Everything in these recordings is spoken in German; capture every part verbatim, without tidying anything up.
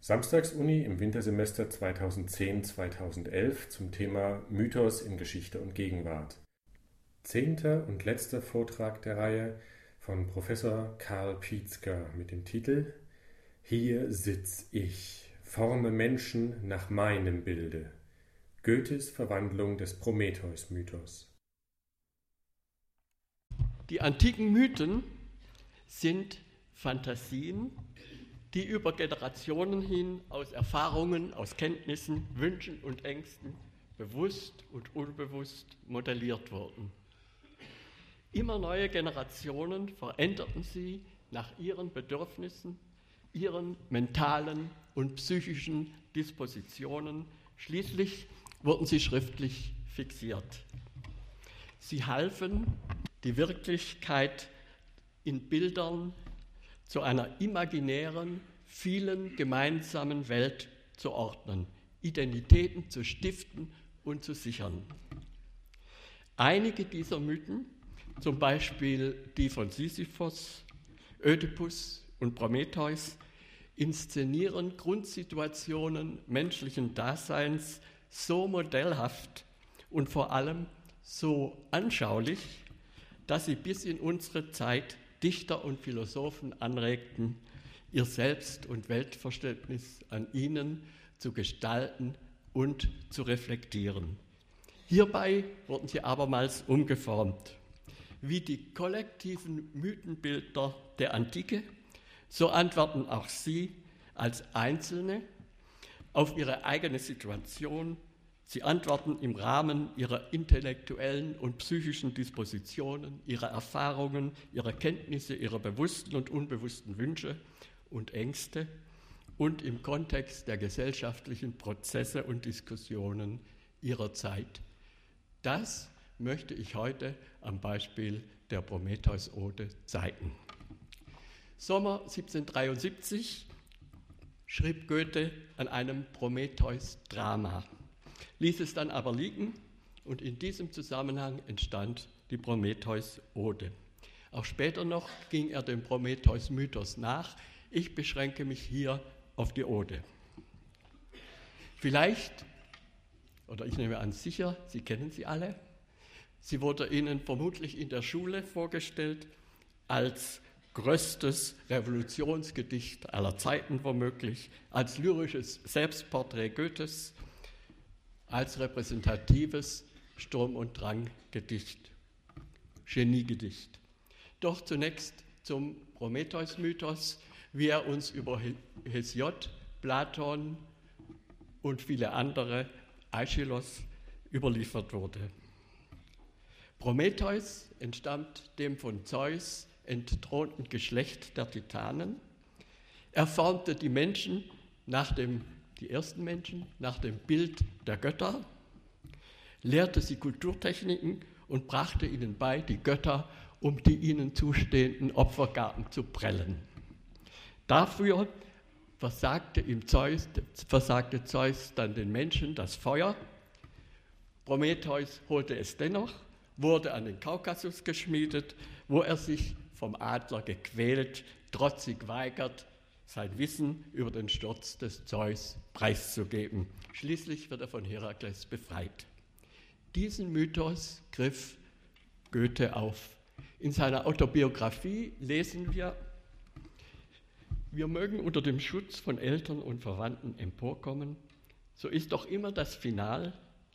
Samstagsuni im Wintersemester zweitausendzehn zweitausendelf zum Thema Mythos in Geschichte und Gegenwart. Zehnter und letzter Vortrag der Reihe von Professor Karl Pietzker mit dem Titel Hier sitz ich, forme Menschen nach meinem Bilde. Goethes Verwandlung des Prometheus-Mythos. Die antiken Mythen sind Fantasien, die über Generationen hin aus Erfahrungen, aus Kenntnissen, Wünschen und Ängsten bewusst und unbewusst modelliert wurden. Immer neue Generationen veränderten sie nach ihren Bedürfnissen, ihren mentalen und psychischen Dispositionen. Schließlich wurden sie schriftlich fixiert. Sie halfen, die Wirklichkeit in Bildern zu einer imaginären, vielen gemeinsamen Welt zu ordnen, Identitäten zu stiften und zu sichern. Einige dieser Mythen, zum Beispiel die von Sisyphos, Ödipus und Prometheus, inszenieren Grundsituationen menschlichen Daseins so modellhaft und vor allem so anschaulich, dass sie bis in unsere Zeit Dichter und Philosophen anregten, ihr Selbst- und Weltverständnis an ihnen zu gestalten und zu reflektieren. Hierbei wurden sie abermals umgeformt. Wie die kollektiven Mythenbilder der Antike, so antworten auch sie als Einzelne auf ihre eigene Situation. Sie antworten im Rahmen ihrer intellektuellen und psychischen Dispositionen, ihrer Erfahrungen, ihrer Kenntnisse, ihrer bewussten und unbewussten Wünsche und Ängste und im Kontext der gesellschaftlichen Prozesse und Diskussionen ihrer Zeit. Das möchte ich heute am Beispiel der Prometheus-Ode zeigen. Sommer siebzehnhundertdreiundsiebzig schrieb Goethe an einem Prometheus-Drama, ließ es dann aber liegen und in diesem Zusammenhang entstand die Prometheus-Ode. Auch später noch ging er dem Prometheus-Mythos nach. Ich beschränke mich hier auf die Ode. Vielleicht, oder ich nehme an sicher, Sie kennen sie alle. Sie wurde Ihnen vermutlich in der Schule vorgestellt als größtes Revolutionsgedicht aller Zeiten womöglich, als lyrisches Selbstporträt Goethes, als repräsentatives Sturm- und Drang-Gedicht, Geniegedicht. Doch zunächst zum Prometheus-Mythos, wie er uns über Hesiod, Platon und viele andere, Aeschylus, überliefert wurde. Prometheus entstammt dem von Zeus entthronten Geschlecht der Titanen. Er formte die Menschen nach dem die ersten Menschen nach dem Bild der Götter, lehrte sie Kulturtechniken und brachte ihnen bei, die Götter um die ihnen zustehenden Opfergaben zu prellen. Dafür versagte, ihm Zeus, versagte Zeus dann den Menschen das Feuer. Prometheus holte es dennoch, wurde an den Kaukasus geschmiedet, wo er sich vom Adler gequält, trotzig weigert, sein Wissen über den Sturz des Zeus preiszugeben. Schließlich wird er von Herakles befreit. Diesen Mythos griff Goethe auf. In seiner Autobiografie lesen wir, wir mögen unter dem Schutz von Eltern und Verwandten emporkommen, so ist doch immer das Final,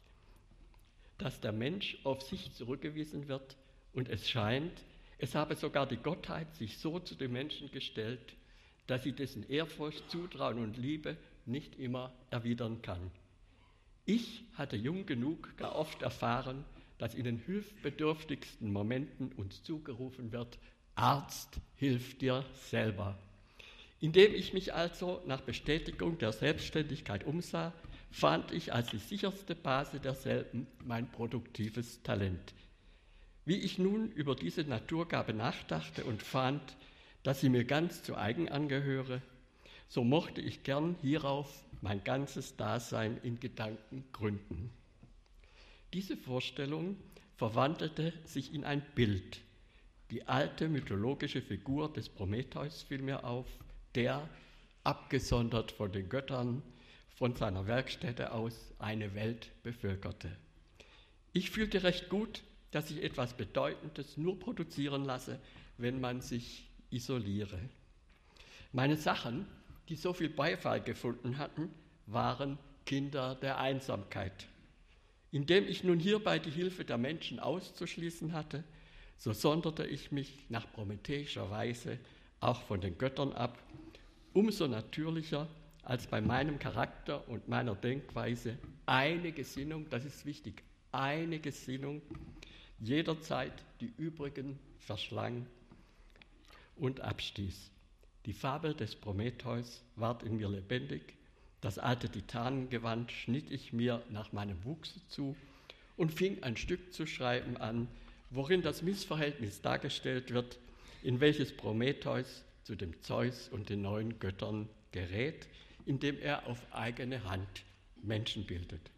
dass der Mensch auf sich zurückgewiesen wird und es scheint, es habe sogar die Gottheit sich so zu den Menschen gestellt, dass sie dessen Ehrfurcht, Zutrauen und Liebe nicht immer erwidern kann. Ich hatte jung genug gar oft erfahren, dass in den hilfsbedürftigsten Momenten uns zugerufen wird, Arzt, hilf dir selber. Indem ich mich also nach Bestätigung der Selbstständigkeit umsah, fand ich als die sicherste Basis derselben mein produktives Talent. Wie ich nun über diese Naturgabe nachdachte und fand, dass sie mir ganz zu eigen angehöre, so mochte ich gern hierauf mein ganzes Dasein in Gedanken gründen. Diese Vorstellung verwandelte sich in ein Bild. Die alte mythologische Figur des Prometheus fiel mir auf, der, abgesondert von den Göttern, von seiner Werkstätte aus eine Welt bevölkerte. Ich fühlte recht gut, dass ich etwas Bedeutendes nur produzieren lasse, wenn man sich isoliere. Meine Sachen, die so viel Beifall gefunden hatten, waren Kinder der Einsamkeit. Indem ich nun hierbei die Hilfe der Menschen auszuschließen hatte, so sonderte ich mich nach prometheischer Weise auch von den Göttern ab, umso natürlicher, als bei meinem Charakter und meiner Denkweise eine Gesinnung, das ist wichtig, eine Gesinnung jederzeit die übrigen verschlang und abstieß. Die Fabel des Prometheus ward in mir lebendig, das alte Titanengewand schnitt ich mir nach meinem Wuchse zu und fing ein Stück zu schreiben an, worin das Missverhältnis dargestellt wird, in welches Prometheus zu dem Zeus und den neuen Göttern gerät, indem er auf eigene Hand Menschen bildet.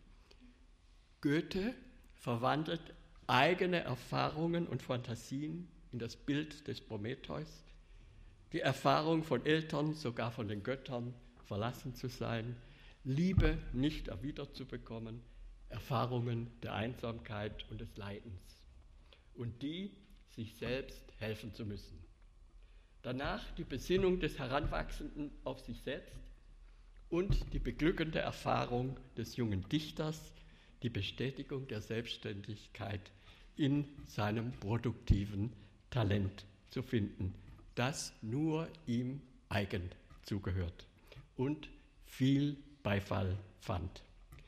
Goethe verwandelt eigene Erfahrungen und Fantasien in das Bild des Prometheus, die Erfahrung von Eltern, sogar von den Göttern, verlassen zu sein, Liebe nicht erwidert zu bekommen, Erfahrungen der Einsamkeit und des Leidens und die, sich selbst helfen zu müssen. Danach die Besinnung des Heranwachsenden auf sich selbst und die beglückende Erfahrung des jungen Dichters, die Bestätigung der Selbstständigkeit in seinem produktiven Talent zu finden, das nur ihm eigen zugehört und viel Beifall fand.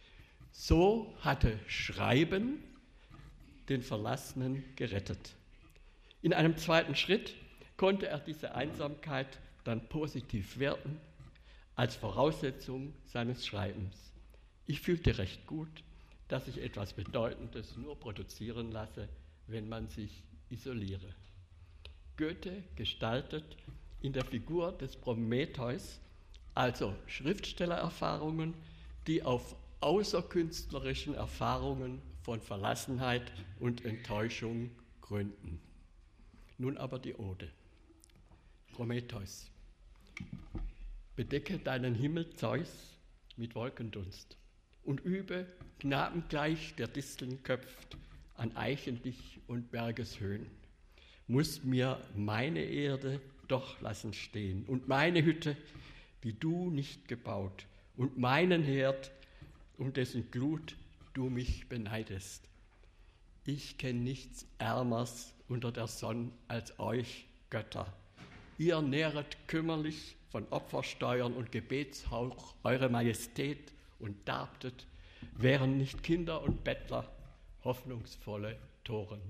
So hatte Schreiben den Verlassenen gerettet. In einem zweiten Schritt konnte er diese Einsamkeit dann positiv werten als Voraussetzung seines Schreibens. Ich fühlte recht gut, dass ich etwas Bedeutendes nur produzieren lasse, wenn man sich isoliere. Goethe gestaltet in der Figur des Prometheus also Schriftstellererfahrungen, die auf außerkünstlerischen Erfahrungen von Verlassenheit und Enttäuschung gründen. Nun aber die Ode. Prometheus, bedecke deinen Himmel, Zeus, mit Wolkendunst und übe, knabengleich der Disteln köpft, an Eichen dich und Bergeshöhen. Musst mir meine Erde doch lassen stehen und meine Hütte, die du nicht gebaut, und meinen Herd, um dessen Glut du mich beneidest. Ich kenn nichts Ärmers unter der Sonne als euch, Götter. Ihr nähret kümmerlich von Opfersteuern und Gebetshauch eure Majestät und darbtet, wären nicht Kinder und Bettler hoffnungsvolle Toren.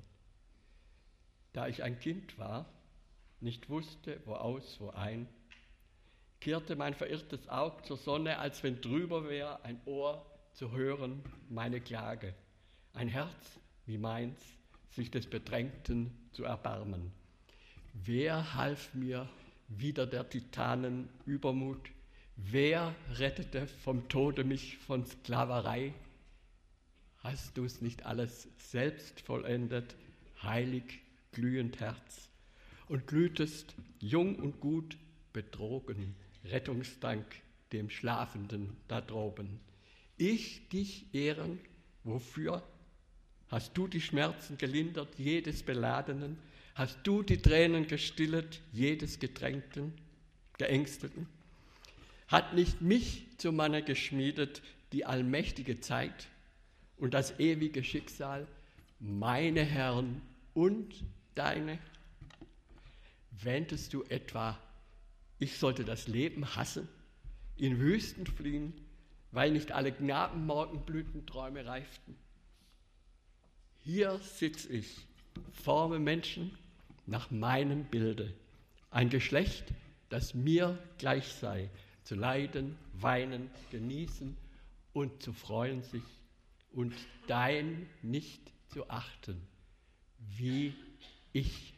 Da ich ein Kind war, nicht wusste, wo aus, wo ein, kehrte mein verirrtes Aug zur Sonne, als wenn drüber wär ein Ohr zu hören meine Klage, ein Herz wie meins, sich des Bedrängten zu erbarmen. Wer half mir wider der Titanen Übermut? Wer rettete vom Tode mich von Sklaverei? Hast du's nicht alles selbst vollendet, heilig, glühend Herz, und glühtest jung und gut, betrogen, Rettungsdank dem Schlafenden da droben. Ich dich ehren, wofür? Hast du die Schmerzen gelindert, jedes Beladenen? Hast du die Tränen gestillet, jedes Gedrängten, Geängstelten? Hat nicht mich zu Manne geschmiedet die allmächtige Zeit und das ewige Schicksal, meine Herren und deine? Wähntest du etwa, ich sollte das Leben hassen, in Wüsten fliehen, weil nicht alle Knabenmorgenblütenträume reiften? Hier sitz ich, forme Menschen nach meinem Bilde, ein Geschlecht, das mir gleich sei, zu leiden, weinen, genießen und zu freuen sich und dein nicht zu achten, wie ich.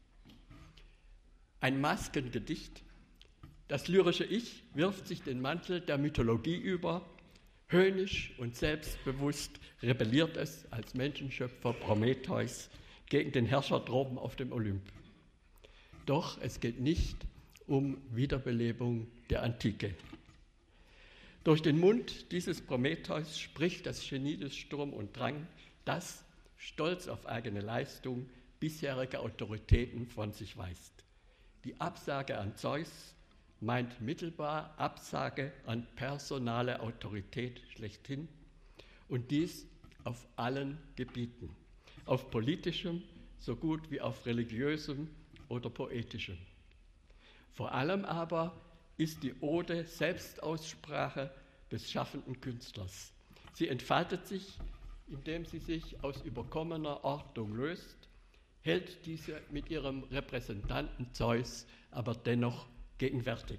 Ein Maskengedicht. Das lyrische Ich wirft sich den Mantel der Mythologie über. Höhnisch und selbstbewusst rebelliert es als Menschenschöpfer Prometheus gegen den Herrscher droben auf dem Olymp. Doch es geht nicht um Wiederbelebung der Antike. Durch den Mund dieses Prometheus spricht das Genie des Sturm und Drang, das, stolz auf eigene Leistung, bisherige Autoritäten von sich weist. Die Absage an Zeus meint mittelbar Absage an personale Autorität schlechthin und dies auf allen Gebieten, auf politischem so gut wie auf religiösem oder poetischem. Vor allem aber ist die Ode Selbstaussprache des schaffenden Künstlers. Sie entfaltet sich, indem sie sich aus überkommener Ordnung löst, hält diese mit ihrem Repräsentanten Zeus aber dennoch gegenwärtig.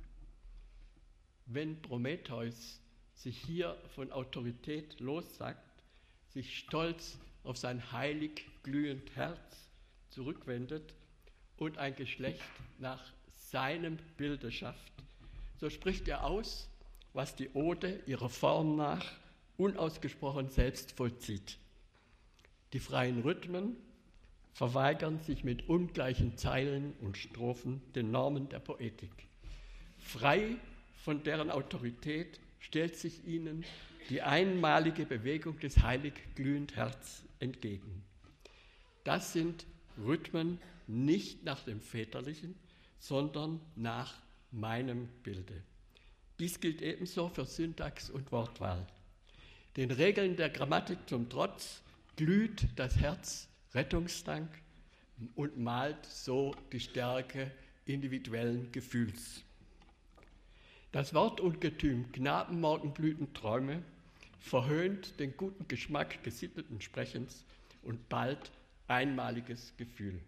Wenn Prometheus sich hier von Autorität lossagt, sich stolz auf sein heilig glühend Herz zurückwendet und ein Geschlecht nach seinem Bilde schafft, so spricht er aus, was die Ode ihrer Form nach unausgesprochen selbst vollzieht. Die freien Rhythmen verweigern sich mit ungleichen Zeilen und Strophen den Normen der Poetik. Frei von deren Autorität stellt sich ihnen die einmalige Bewegung des heilig glühend Herz entgegen. Das sind Rhythmen nicht nach dem väterlichen, sondern nach meinem Bilde. Dies gilt ebenso für Syntax und Wortwahl. Den Regeln der Grammatik zum Trotz glüht das Herz Rettungsdank und malt so die Stärke individuellen Gefühls. Das Wortungetüm Knabenmorgenblütenträume verhöhnt den guten Geschmack gesitteten Sprechens und bald einmaliges Gefühl.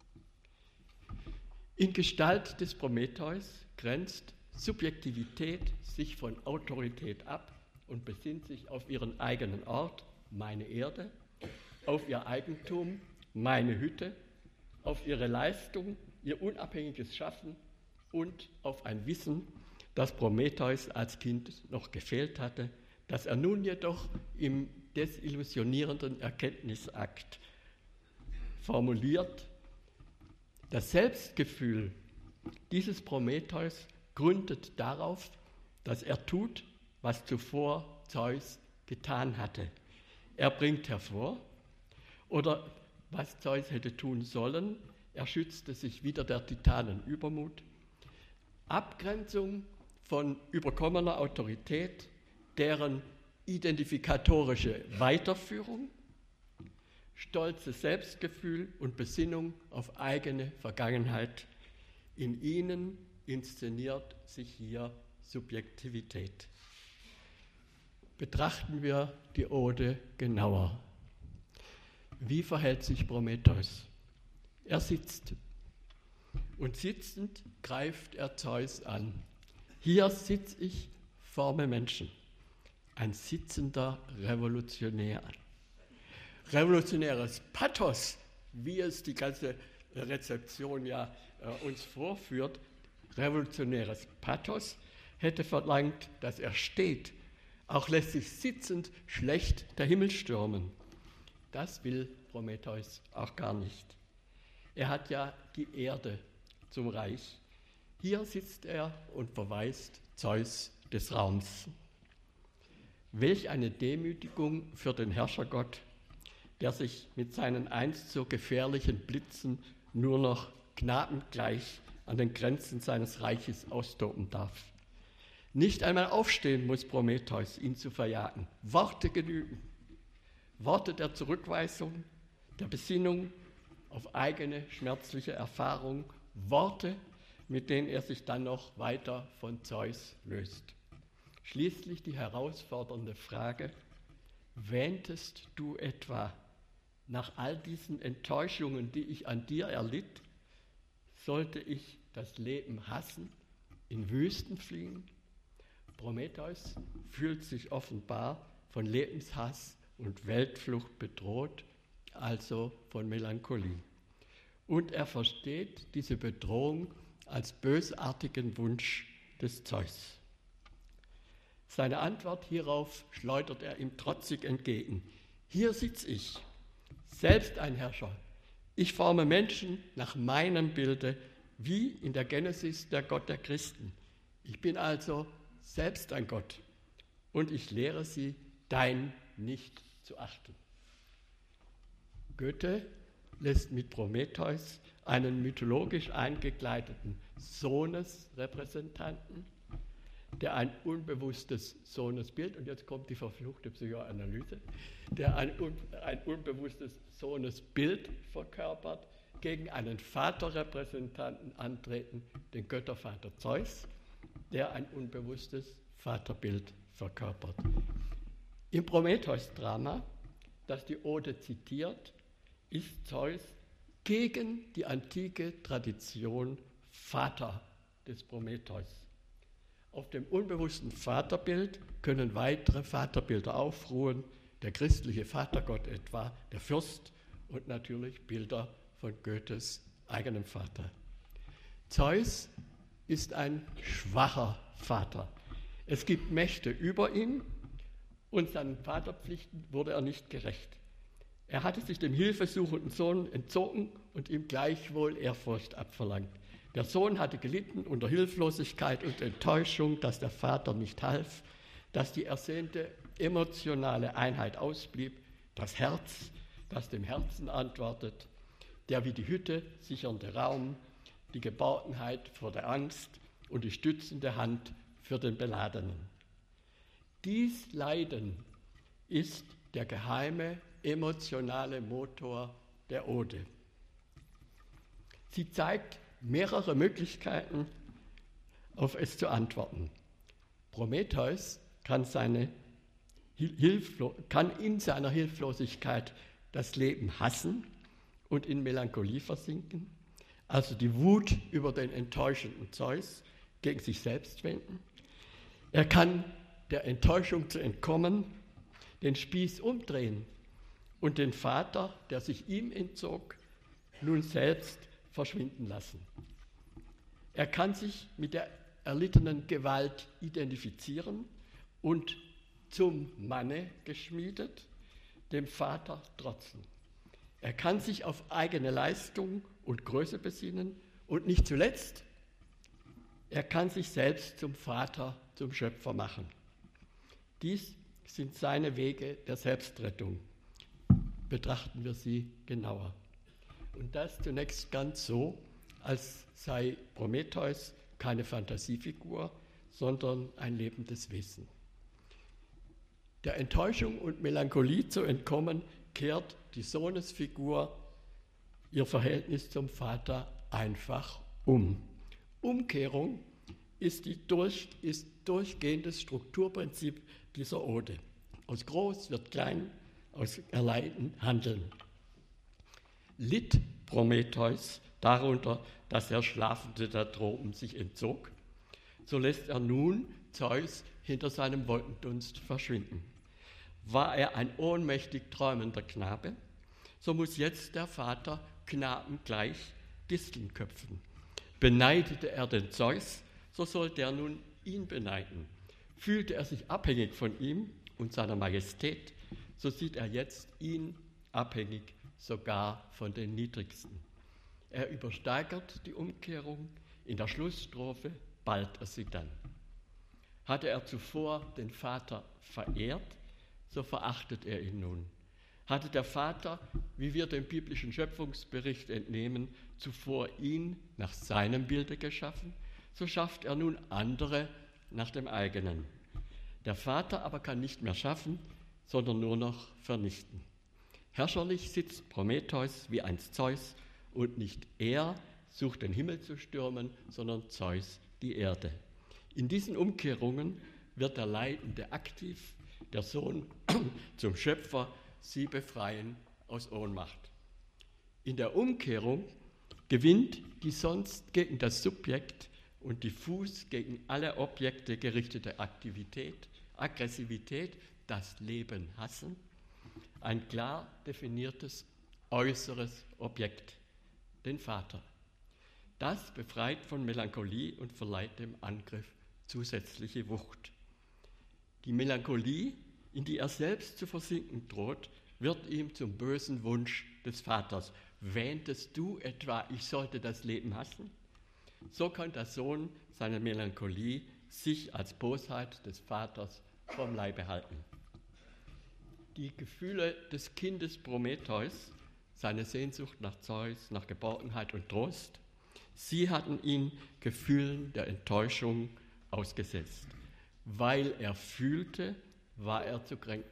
In Gestalt des Prometheus grenzt Subjektivität sich von Autorität ab und besinnt sich auf ihren eigenen Ort, meine Erde, auf ihr Eigentum, meine Hütte, auf ihre Leistung, ihr unabhängiges Schaffen und auf ein Wissen, das Prometheus als Kind noch gefehlt hatte, das er nun jedoch im desillusionierenden Erkenntnisakt formuliert. Das Selbstgefühl dieses Prometheus gründet darauf, dass er tut, was zuvor Zeus getan hatte. Er bringt hervor, oder was Zeus hätte tun sollen, er schützte sich wider der Titanen Übermut, Abgrenzung von überkommener Autorität, deren identifikatorische Weiterführung, stolzes Selbstgefühl und Besinnung auf eigene Vergangenheit. In ihnen inszeniert sich hier Subjektivität. Betrachten wir die Ode genauer. Wie verhält sich Prometheus? Er sitzt und sitzend greift er Zeus an. Hier sitz ich, forme Menschen. Ein sitzender Revolutionär. Revolutionäres Pathos, wie es die ganze Rezeption ja äh, uns vorführt, revolutionäres Pathos hätte verlangt, dass er steht. Auch lässt sich sitzend schlecht der Himmel stürmen. Das will Prometheus auch gar nicht. Er hat ja die Erde zum Reich. Hier sitzt er und verweist Zeus des Raums. Welch eine Demütigung für den Herrschergott, der sich mit seinen einst so gefährlichen Blitzen nur noch knabengleich an den Grenzen seines Reiches austoben darf. Nicht einmal aufstehen muss Prometheus, ihn zu verjagen. Worte genügen. Worte der Zurückweisung, der Besinnung auf eigene schmerzliche Erfahrung. Worte, mit denen er sich dann noch weiter von Zeus löst. Schließlich die herausfordernde Frage: Wähntest du etwa, nach all diesen Enttäuschungen, die ich an dir erlitt, sollte ich das Leben hassen, in Wüsten fliehen? Prometheus fühlt sich offenbar von Lebenshass und Weltflucht bedroht, also von Melancholie. Und er versteht diese Bedrohung als bösartigen Wunsch des Zeus. Seine Antwort hierauf schleudert er ihm trotzig entgegen. Hier sitz ich, selbst ein Herrscher. Ich forme Menschen nach meinem Bilde, wie in der Genesis der Gott der Christen. Ich bin also selbst ein Gott und ich lehre sie, dein nicht zu achten. Goethe lässt mit Prometheus einen mythologisch eingekleideten Sohnesrepräsentanten, der ein unbewusstes Sohnesbild, und jetzt kommt die verfluchte Psychoanalyse, der ein, un, ein unbewusstes Sohnesbild verkörpert, gegen einen Vaterrepräsentanten antreten, den Göttervater Zeus, der ein unbewusstes Vaterbild verkörpert. Im Prometheus-Drama, das die Ode zitiert, ist Zeus gegen die antike Tradition Vater des Prometheus. Auf dem unbewussten Vaterbild können weitere Vaterbilder aufruhen, der christliche Vatergott etwa, der Fürst und natürlich Bilder von Goethes eigenem Vater. Zeus ist ein schwacher Vater. Es gibt Mächte über ihn und seinen Vaterpflichten wurde er nicht gerecht. Er hatte sich dem hilfesuchenden Sohn entzogen und ihm gleichwohl Ehrfurcht abverlangt. Der Sohn hatte gelitten unter Hilflosigkeit und Enttäuschung, dass der Vater nicht half, dass die ersehnte emotionale Einheit ausblieb, das Herz, das dem Herzen antwortet, der wie die Hütte sichernde Raum, die Geborgenheit vor der Angst und die stützende Hand für den Beladenen. Dies Leiden ist der geheime emotionale Motor der Ode. Sie zeigt mehrere Möglichkeiten, auf es zu antworten. Prometheus kann, seine Hilflo- kann in seiner Hilflosigkeit das Leben hassen und in Melancholie versinken, also die Wut über den enttäuschenden Zeus gegen sich selbst wenden. Er kann der Enttäuschung zu entkommen, den Spieß umdrehen und den Vater, der sich ihm entzog, nun selbst verschwinden lassen. Er kann sich mit der erlittenen Gewalt identifizieren und zum Manne geschmiedet, dem Vater trotzen. Er kann sich auf eigene Leistung und Größe besinnen und nicht zuletzt, er kann sich selbst zum Vater, zum Schöpfer machen. Dies sind seine Wege der Selbstrettung. Betrachten wir sie genauer. Und das zunächst ganz so, als sei Prometheus keine Fantasiefigur, sondern ein lebendes Wesen. Der Enttäuschung und Melancholie zu entkommen, kehrt die Sohnesfigur ihr Verhältnis zum Vater einfach um. Umkehrung ist, die durch, ist durchgehendes Strukturprinzip dieser Ode. Aus groß wird klein, aus Erleiden handeln. Litt Prometheus darunter, dass der Schlafende der Tropen sich entzog, so lässt er nun Zeus hinter seinem Wolkendunst verschwinden. War er ein ohnmächtig träumender Knabe, so muss jetzt der Vater Knaben gleich Disteln köpfen. Beneidete er den Zeus, so sollte er nun ihn beneiden. Fühlte er sich abhängig von ihm und seiner Majestät, so sieht er jetzt ihn abhängig sogar von den Niedrigsten. Er übersteigert die Umkehrung, in der Schlussstrophe ballt er sie dann. Hatte er zuvor den Vater verehrt, so verachtet er ihn nun. Hatte der Vater, wie wir dem biblischen Schöpfungsbericht entnehmen, zuvor ihn nach seinem Bilde geschaffen, so schafft er nun andere nach dem eigenen. Der Vater aber kann nicht mehr schaffen, sondern nur noch vernichten. Herrscherlich sitzt Prometheus wie einst Zeus und nicht er sucht den Himmel zu stürmen, sondern Zeus die Erde. In diesen Umkehrungen wird der Leidende aktiv, der Sohn zum Schöpfer, sie befreien aus Ohnmacht. In der Umkehrung gewinnt die sonst gegen das Subjekt und diffus gegen alle Objekte gerichtete Aktivität, Aggressivität, das Leben hassen, ein klar definiertes äußeres Objekt, den Vater. Das befreit von Melancholie und verleiht dem Angriff zusätzliche Wucht. Die Melancholie, in die er selbst zu versinken droht, wird ihm zum bösen Wunsch des Vaters. Wähntest du etwa, ich sollte das Leben hassen? So kann der Sohn seine Melancholie sich als Bosheit des Vaters vom Leibe halten. Die Gefühle des Kindes Prometheus, seine Sehnsucht nach Zeus, nach Geborgenheit und Trost, sie hatten ihn Gefühlen der Enttäuschung ausgesetzt. Weil er fühlte, war er zu kränken.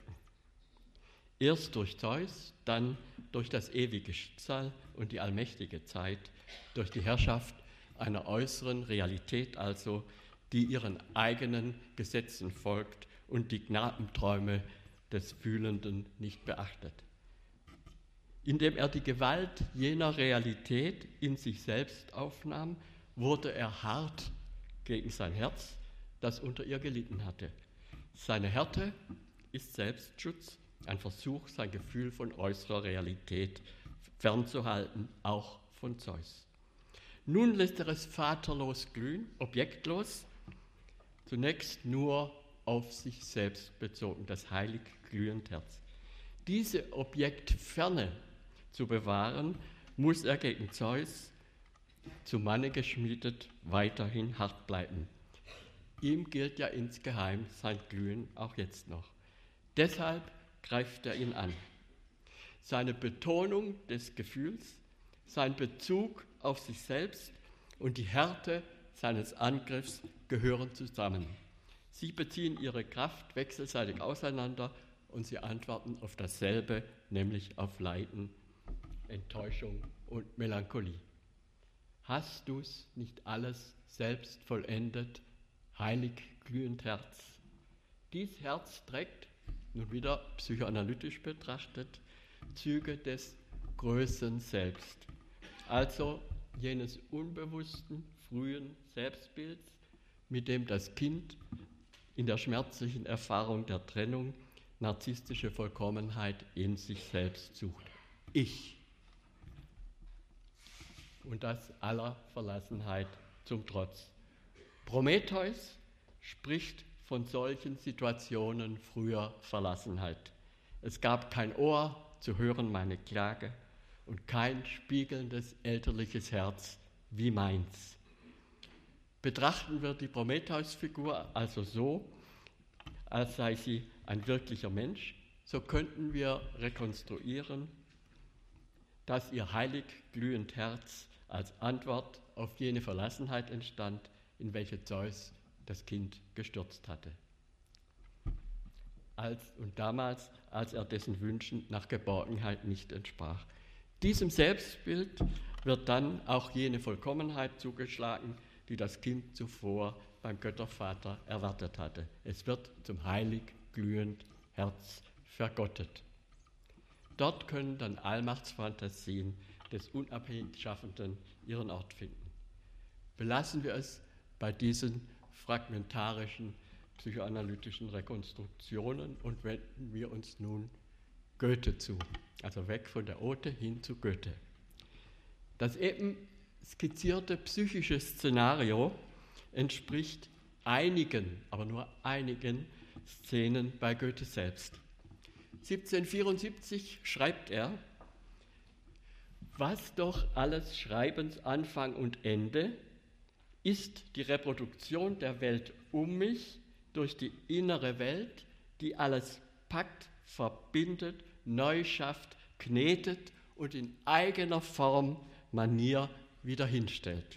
Erst durch Zeus, dann durch das ewige Schicksal und die allmächtige Zeit, durch die Herrschaft einer äußeren Realität also, die ihren eigenen Gesetzen folgt und die Knabenträume des Fühlenden nicht beachtet. Indem er die Gewalt jener Realität in sich selbst aufnahm, wurde er hart gegen sein Herz, das unter ihr gelitten hatte. Seine Härte ist Selbstschutz, ein Versuch, sein Gefühl von äußerer Realität fernzuhalten, auch von Zeus. Nun lässt er es vaterlos glühen, objektlos, zunächst nur auf sich selbst bezogen, das heilig glühend Herz. Diese Objektferne zu bewahren, muss er gegen Zeus, zu Manne geschmiedet, weiterhin hart bleiben. Ihm gilt ja insgeheim sein Glühen auch jetzt noch. Deshalb greift er ihn an. Seine Betonung des Gefühls, sein Bezug auf sich selbst und die Härte seines Angriffs gehören zusammen. Sie beziehen ihre Kraft wechselseitig auseinander und sie antworten auf dasselbe, nämlich auf Leiden, Enttäuschung und Melancholie. Hast du's nicht alles selbst vollendet, heilig glühend Herz? Dies Herz trägt, nun wieder psychoanalytisch betrachtet, Züge des größeren Selbst, also jenes unbewussten, frühen Selbstbilds, mit dem das Kind in der schmerzlichen Erfahrung der Trennung narzisstische Vollkommenheit in sich selbst sucht. Ich. Und das aller Verlassenheit zum Trotz. Prometheus spricht von solchen Situationen früher Verlassenheit. Es gab kein Ohr zu hören meine Klage und kein spiegelndes elterliches Herz wie meins. Betrachten wir die Prometheus-Figur also so, als sei sie ein wirklicher Mensch, so könnten wir rekonstruieren, dass ihr heilig glühend Herz als Antwort auf jene Verlassenheit entstand, in welche Zeus das Kind gestürzt hatte. Als, und damals, als er dessen Wünschen nach Geborgenheit nicht entsprach. Diesem Selbstbild wird dann auch jene Vollkommenheit zugeschlagen, die das Kind zuvor beim Göttervater erwartet hatte. Es wird zum heilig glühend Herz vergottet. Dort können dann Allmachtsfantasien des unabhängig Schaffenden ihren Ort finden. Belassen wir es bei diesen fragmentarischen psychoanalytischen Rekonstruktionen und wenden wir uns nun Goethe zu, also weg von der Ote hin zu Goethe. Das eben skizzierte psychische Szenario entspricht einigen, aber nur einigen Szenen bei Goethe selbst. siebzehnhundertvierundsiebzig schreibt er: Was doch alles Schreibens Anfang und Ende ist die Reproduktion der Welt um mich durch die innere Welt, die alles packt, verbindet, neu schafft, knetet und in eigener Form, Manier wieder hinstellt.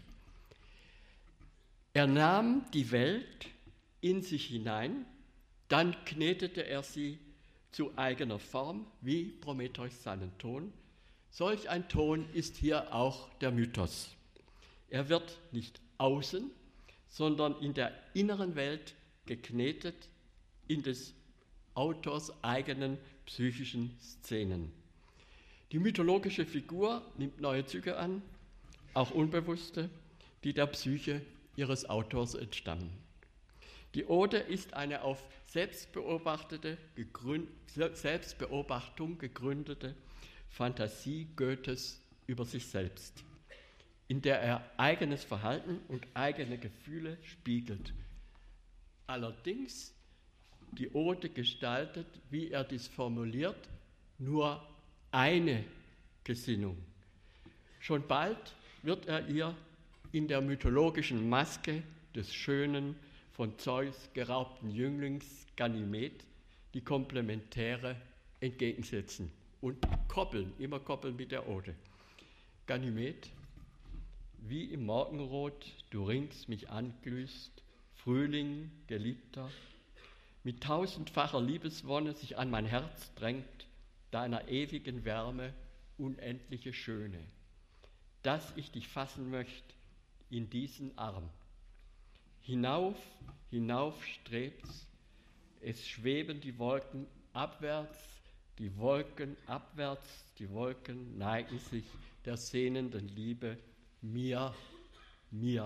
Er nahm die Welt in sich hinein, dann knetete er sie zu eigener Form, wie Prometheus seinen Ton. Solch ein Ton ist hier auch der Mythos. Er wird nicht außen, sondern in der inneren Welt geknetet in des Autors eigenen psychischen Szenen. Die mythologische Figur nimmt neue Züge an, auch unbewusste, die der Psyche ihres Autors entstammen. Die Ode ist eine auf Selbstbeobachtete, gegründ, Selbstbeobachtung gegründete Fantasie Goethes über sich selbst, in der er eigenes Verhalten und eigene Gefühle spiegelt. Allerdings die Ode gestaltet, wie er dies formuliert, nur eine Gesinnung. Schon bald wird er ihr in der mythologischen Maske des schönen, von Zeus geraubten Jünglings Ganymed die Komplementäre entgegensetzen und koppeln, immer koppeln mit der Ode. Ganymed, wie im Morgenrot du rings mich anglühst, Frühling, Geliebter, mit tausendfacher Liebeswonne sich an mein Herz drängt, deiner ewigen Wärme unendliche Schöne, dass ich dich fassen möcht in diesen Arm. Hinauf, hinauf strebt's, es schweben die Wolken abwärts, die Wolken abwärts, die Wolken neigen sich der sehnenden Liebe mir, mir.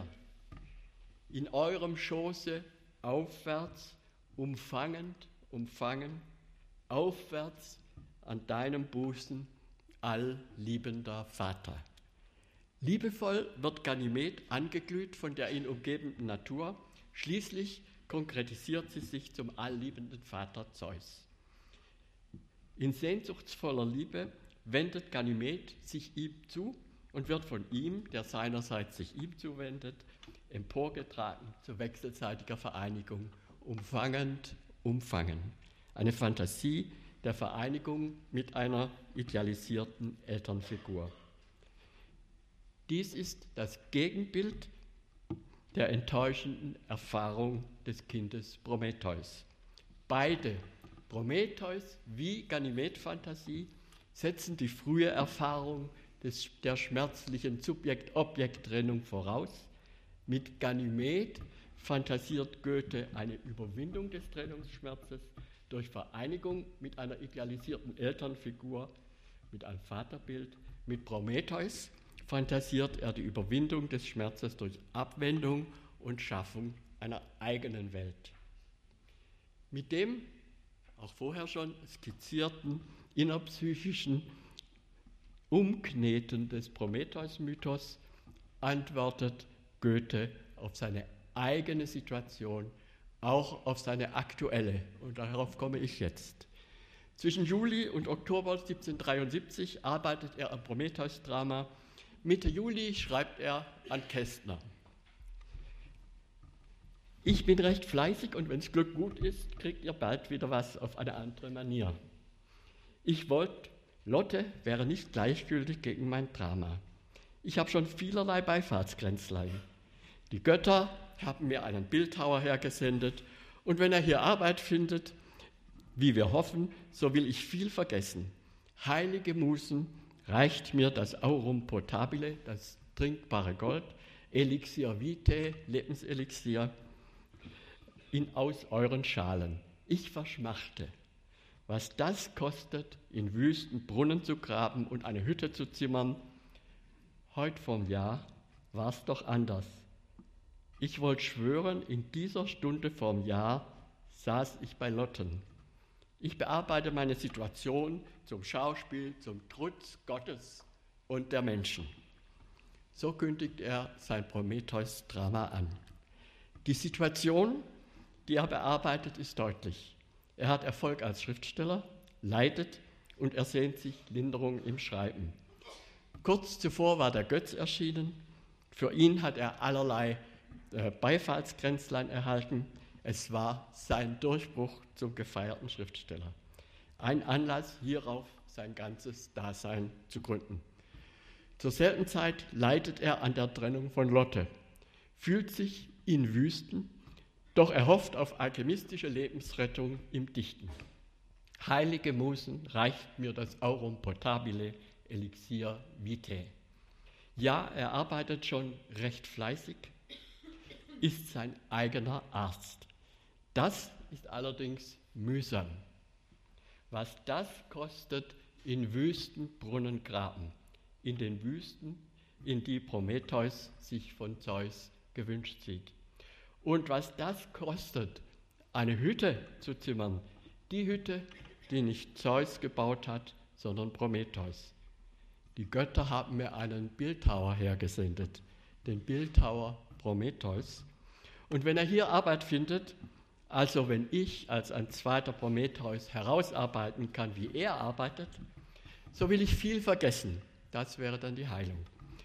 In eurem Schoße aufwärts, umfangend, umfangen, aufwärts an deinem Busen, allliebender Vater. Liebevoll wird Ganymed angeglüht von der ihn umgebenden Natur, schließlich konkretisiert sie sich zum allliebenden Vater Zeus. In sehnsuchtsvoller Liebe wendet Ganymed sich ihm zu und wird von ihm, der seinerseits sich ihm zuwendet, emporgetragen zu wechselseitiger Vereinigung, umfangend, umfangen. Eine Fantasie der Vereinigung mit einer idealisierten Elternfigur. Dies ist das Gegenbild der enttäuschenden Erfahrung des Kindes Prometheus. Beide, Prometheus wie Ganymed-Fantasie, setzen die frühe Erfahrung des, der schmerzlichen Subjekt-Objekt-Trennung voraus. Mit Ganymed fantasiert Goethe eine Überwindung des Trennungsschmerzes durch Vereinigung mit einer idealisierten Elternfigur, mit einem Vaterbild. Mit Prometheus fantasiert er die Überwindung des Schmerzes durch Abwendung und Schaffung einer eigenen Welt. Mit dem, auch vorher schon skizzierten, innerpsychischen Umkneten des Prometheus-Mythos antwortet Goethe auf seine eigene Situation, auch auf seine aktuelle. Und darauf komme ich jetzt. Zwischen Juli und Oktober siebzehnhundertdreiundsiebzig arbeitet er am Prometheus-Drama. Mitte Juli schreibt er an Kästner. Ich bin recht fleißig und wenn das Glück gut ist, kriegt ihr bald wieder was auf eine andere Manier. Ich wollte, Lotte wäre nicht gleichgültig gegen mein Drama. Ich habe schon vielerlei Beifahrtskränzlein. Die Götter haben mir einen Bildhauer hergesendet und wenn er hier Arbeit findet, wie wir hoffen, so will ich viel vergessen. Heilige Musen, reicht mir das Aurum Potabile, das trinkbare Gold, Elixier Vitae, Lebenselixier, in aus euren Schalen. Ich verschmachte, was das kostet, in Wüsten Brunnen zu graben und eine Hütte zu zimmern. Heut vorm Jahr war's doch anders. Ich wollte schwören, in dieser Stunde vorm Jahr saß ich bei Lotten. Ich bearbeite meine Situation zum Schauspiel, zum Trutz Gottes und der Menschen. So kündigt er sein Prometheus-Drama an. Die Situation, die er bearbeitet, ist deutlich. Er hat Erfolg als Schriftsteller, leidet und ersehnt sich Linderung im Schreiben. Kurz zuvor war der Götz erschienen. Für ihn hat er allerlei äh, Beifallskränzlein erhalten. Es war sein Durchbruch zum gefeierten Schriftsteller. Ein Anlass hierauf, sein ganzes Dasein zu gründen. Zur selben Zeit leidet er an der Trennung von Lotte, fühlt sich in Wüsten, doch er hofft auf alchemistische Lebensrettung im Dichten. Heilige Musen, reicht mir das Aurum Potabile, Elixier Vitae. Ja, er arbeitet schon recht fleißig, ist sein eigener Arzt. Das ist allerdings mühsam. Was das kostet, in Wüsten Brunnen graben, in den Wüsten, in die Prometheus sich von Zeus gewünscht sieht. Und was das kostet, eine Hütte zu zimmern, die Hütte, die nicht Zeus gebaut hat, sondern Prometheus. Die Götter haben mir einen Bildhauer hergesendet, den Bildhauer Prometheus. Und wenn er hier Arbeit findet, also wenn ich als ein zweiter Prometheus herausarbeiten kann, wie er arbeitet, so will ich viel vergessen. Das wäre dann die Heilung.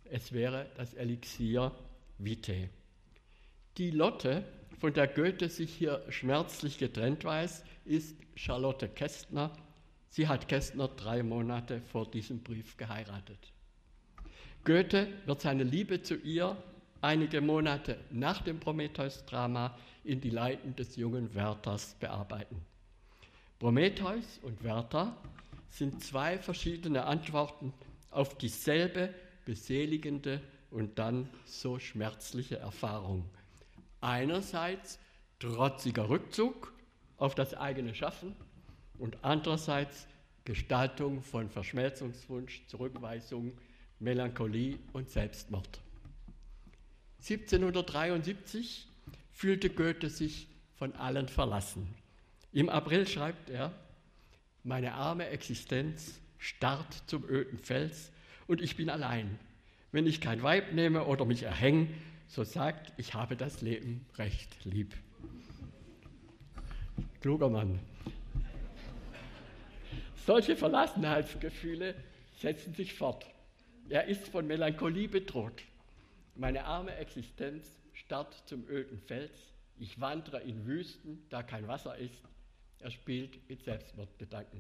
Es wäre das Elixier vitae. Die Lotte, von der Goethe sich hier schmerzlich getrennt weiß, ist Charlotte Kästner. Sie hat Kästner drei Monate vor diesem Brief geheiratet. Goethe wird seine Liebe zu ihr einige Monate nach dem Prometheus-Drama in die Leiden des jungen Werthers bearbeiten. Prometheus und Werther sind zwei verschiedene Antworten auf dieselbe beseligende und dann so schmerzliche Erfahrung. Einerseits trotziger Rückzug auf das eigene Schaffen und andererseits Gestaltung von Verschmelzungswunsch, Zurückweisung, Melancholie und Selbstmord. siebzehnhundertdreiundsiebzig fühlte Goethe sich von allen verlassen. Im April schreibt er: Meine arme Existenz starrt zum öden Fels und ich bin allein. Wenn ich kein Weib nehme oder mich erhänge, so sagt, ich habe das Leben recht lieb. Kluger Mann. Solche Verlassenheitsgefühle setzen sich fort. Er ist von Melancholie bedroht. Meine arme Existenz starrt zum öden Fels. Ich wandere in Wüsten, da kein Wasser ist. Er spielt mit Selbstmordgedanken.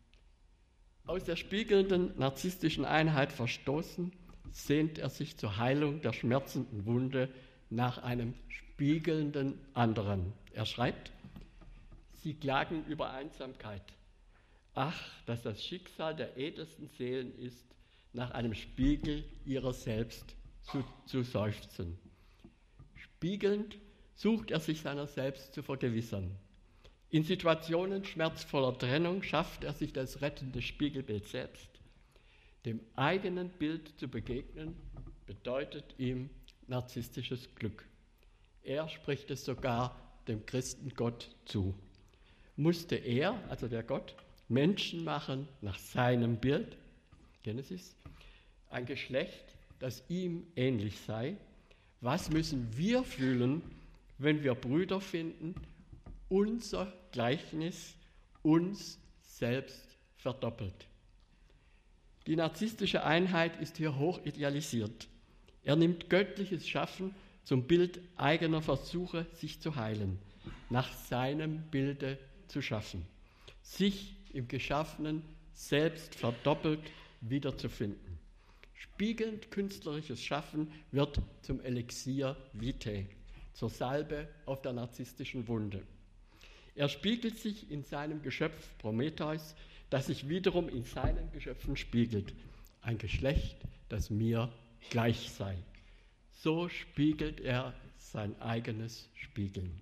Aus der spiegelnden narzisstischen Einheit verstoßen, sehnt er sich zur Heilung der schmerzenden Wunde nach einem spiegelnden anderen. Er schreibt: Sie klagen über Einsamkeit. Ach, dass das Schicksal der edelsten Seelen ist, nach einem Spiegel ihrer selbst zu, zu seufzen. Spiegelnd sucht er sich seiner selbst zu vergewissern. In Situationen schmerzvoller Trennung schafft er sich das rettende Spiegelbild selbst. Dem eigenen Bild zu begegnen, bedeutet ihm narzisstisches Glück. Er spricht es sogar dem Christengott zu. Musste er, also der Gott, Menschen machen nach seinem Bild, Genesis, ein Geschlecht, das ihm ähnlich sei, was müssen wir fühlen, wenn wir Brüder finden, unser Gleichnis uns selbst verdoppelt? Die narzisstische Einheit ist hier hoch idealisiert. Er nimmt göttliches Schaffen zum Bild eigener Versuche, sich zu heilen, nach seinem Bilde zu schaffen, sich im Geschaffenen selbst verdoppelt wiederzufinden. Spiegelnd künstlerisches Schaffen wird zum Elixier vitae, zur Salbe auf der narzisstischen Wunde. Er spiegelt sich in seinem Geschöpf Prometheus, das sich wiederum in seinen Geschöpfen spiegelt. Ein Geschlecht, das mir gleich sei. So spiegelt er sein eigenes Spiegeln.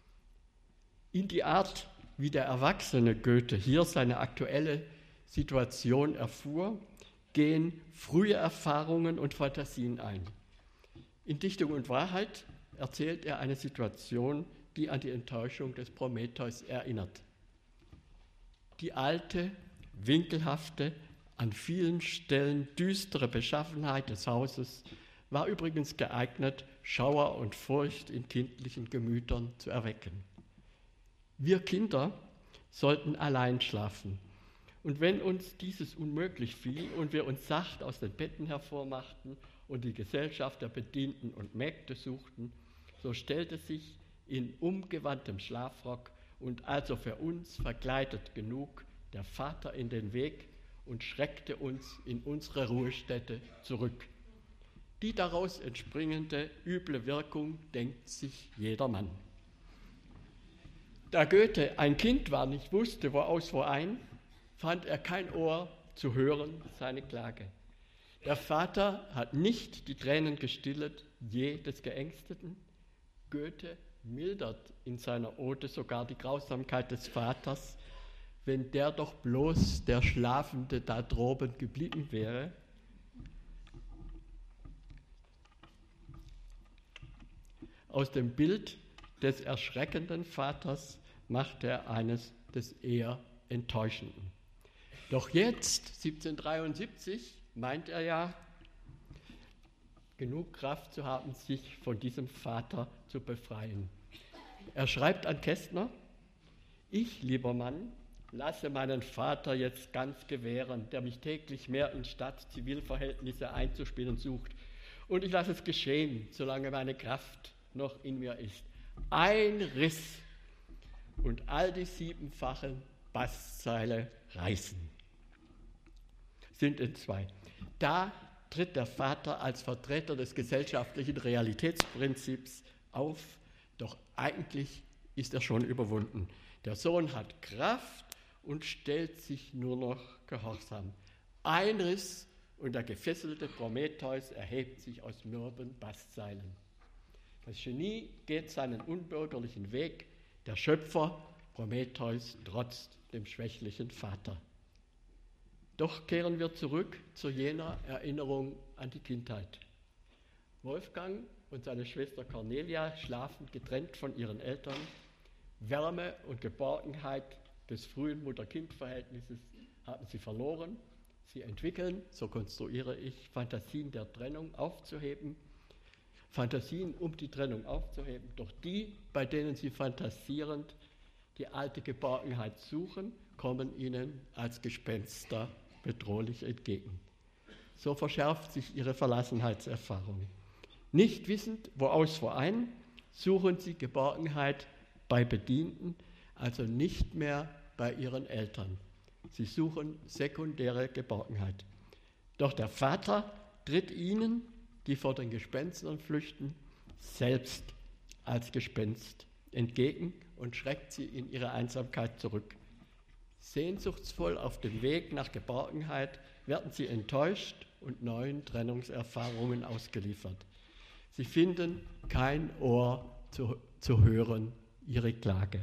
In die Art, wie der erwachsene Goethe hier seine aktuelle Situation erfuhr, gehen frühe Erfahrungen und Fantasien ein. In Dichtung und Wahrheit erzählt er eine Situation, die an die Enttäuschung des Prometheus erinnert. Die alte, winkelhafte, an vielen Stellen düstere Beschaffenheit des Hauses war übrigens geeignet, Schauer und Furcht in kindlichen Gemütern zu erwecken. Wir Kinder sollten allein schlafen. Und wenn uns dieses unmöglich fiel und wir uns sacht aus den Betten hervormachten und die Gesellschaft der Bedienten und Mägde suchten, so stellte sich in umgewandtem Schlafrock und also für uns verkleidet genug der Vater in den Weg und schreckte uns in unsere Ruhestätte zurück. Die daraus entspringende üble Wirkung denkt sich jedermann. Da Goethe ein Kind war, nicht wusste, woaus worein, fand er kein Ohr zu hören seine Klage. Der Vater hat nicht die Tränen gestillet, je des Geängsteten. Goethe mildert in seiner Ode sogar die Grausamkeit des Vaters, wenn der doch bloß der Schlafende da droben geblieben wäre. Aus dem Bild des erschreckenden Vaters macht er eines des eher Enttäuschenden. Doch jetzt, siebzehnhundertdreiundsiebzig, meint er ja, genug Kraft zu haben, sich von diesem Vater zu befreien. Er schreibt an Kästner: Ich, lieber Mann, lasse meinen Vater jetzt ganz gewähren, der mich täglich mehr in Stadt Zivilverhältnisse einzuspielen sucht, und ich lasse es geschehen, solange meine Kraft noch in mir ist. Ein Riss und all die siebenfachen Basszeile reißen. Sind in zwei. Da tritt der Vater als Vertreter des gesellschaftlichen Realitätsprinzips auf, doch eigentlich ist er schon überwunden. Der Sohn hat Kraft und stellt sich nur noch gehorsam. Ein Riss und der gefesselte Prometheus erhebt sich aus mürben Basszeilen. Das Genie geht seinen unbürgerlichen Weg, der Schöpfer, Prometheus, trotzt dem schwächlichen Vater. Doch kehren wir zurück zu jener Erinnerung an die Kindheit. Wolfgang und seine Schwester Cornelia schlafen getrennt von ihren Eltern. Wärme und Geborgenheit des frühen Mutter-Kind-Verhältnisses haben sie verloren. Sie entwickeln, so konstruiere ich, Fantasien der Trennung aufzuheben. Fantasien, um die Trennung aufzuheben, doch die, bei denen sie fantasierend die alte Geborgenheit suchen, kommen ihnen als Gespenster bedrohlich entgegen. So verschärft sich ihre Verlassenheitserfahrung. Nicht wissend, woaus vor ein, suchen sie Geborgenheit bei Bedienten, also nicht mehr bei ihren Eltern. Sie suchen sekundäre Geborgenheit. Doch der Vater tritt ihnen, die vor den Gespenstern flüchten, selbst als Gespenst entgegen und schreckt sie in ihre Einsamkeit zurück. Sehnsuchtsvoll auf dem Weg nach Geborgenheit werden sie enttäuscht und neuen Trennungserfahrungen ausgeliefert. Sie finden kein Ohr zu, zu hören, ihre Klage.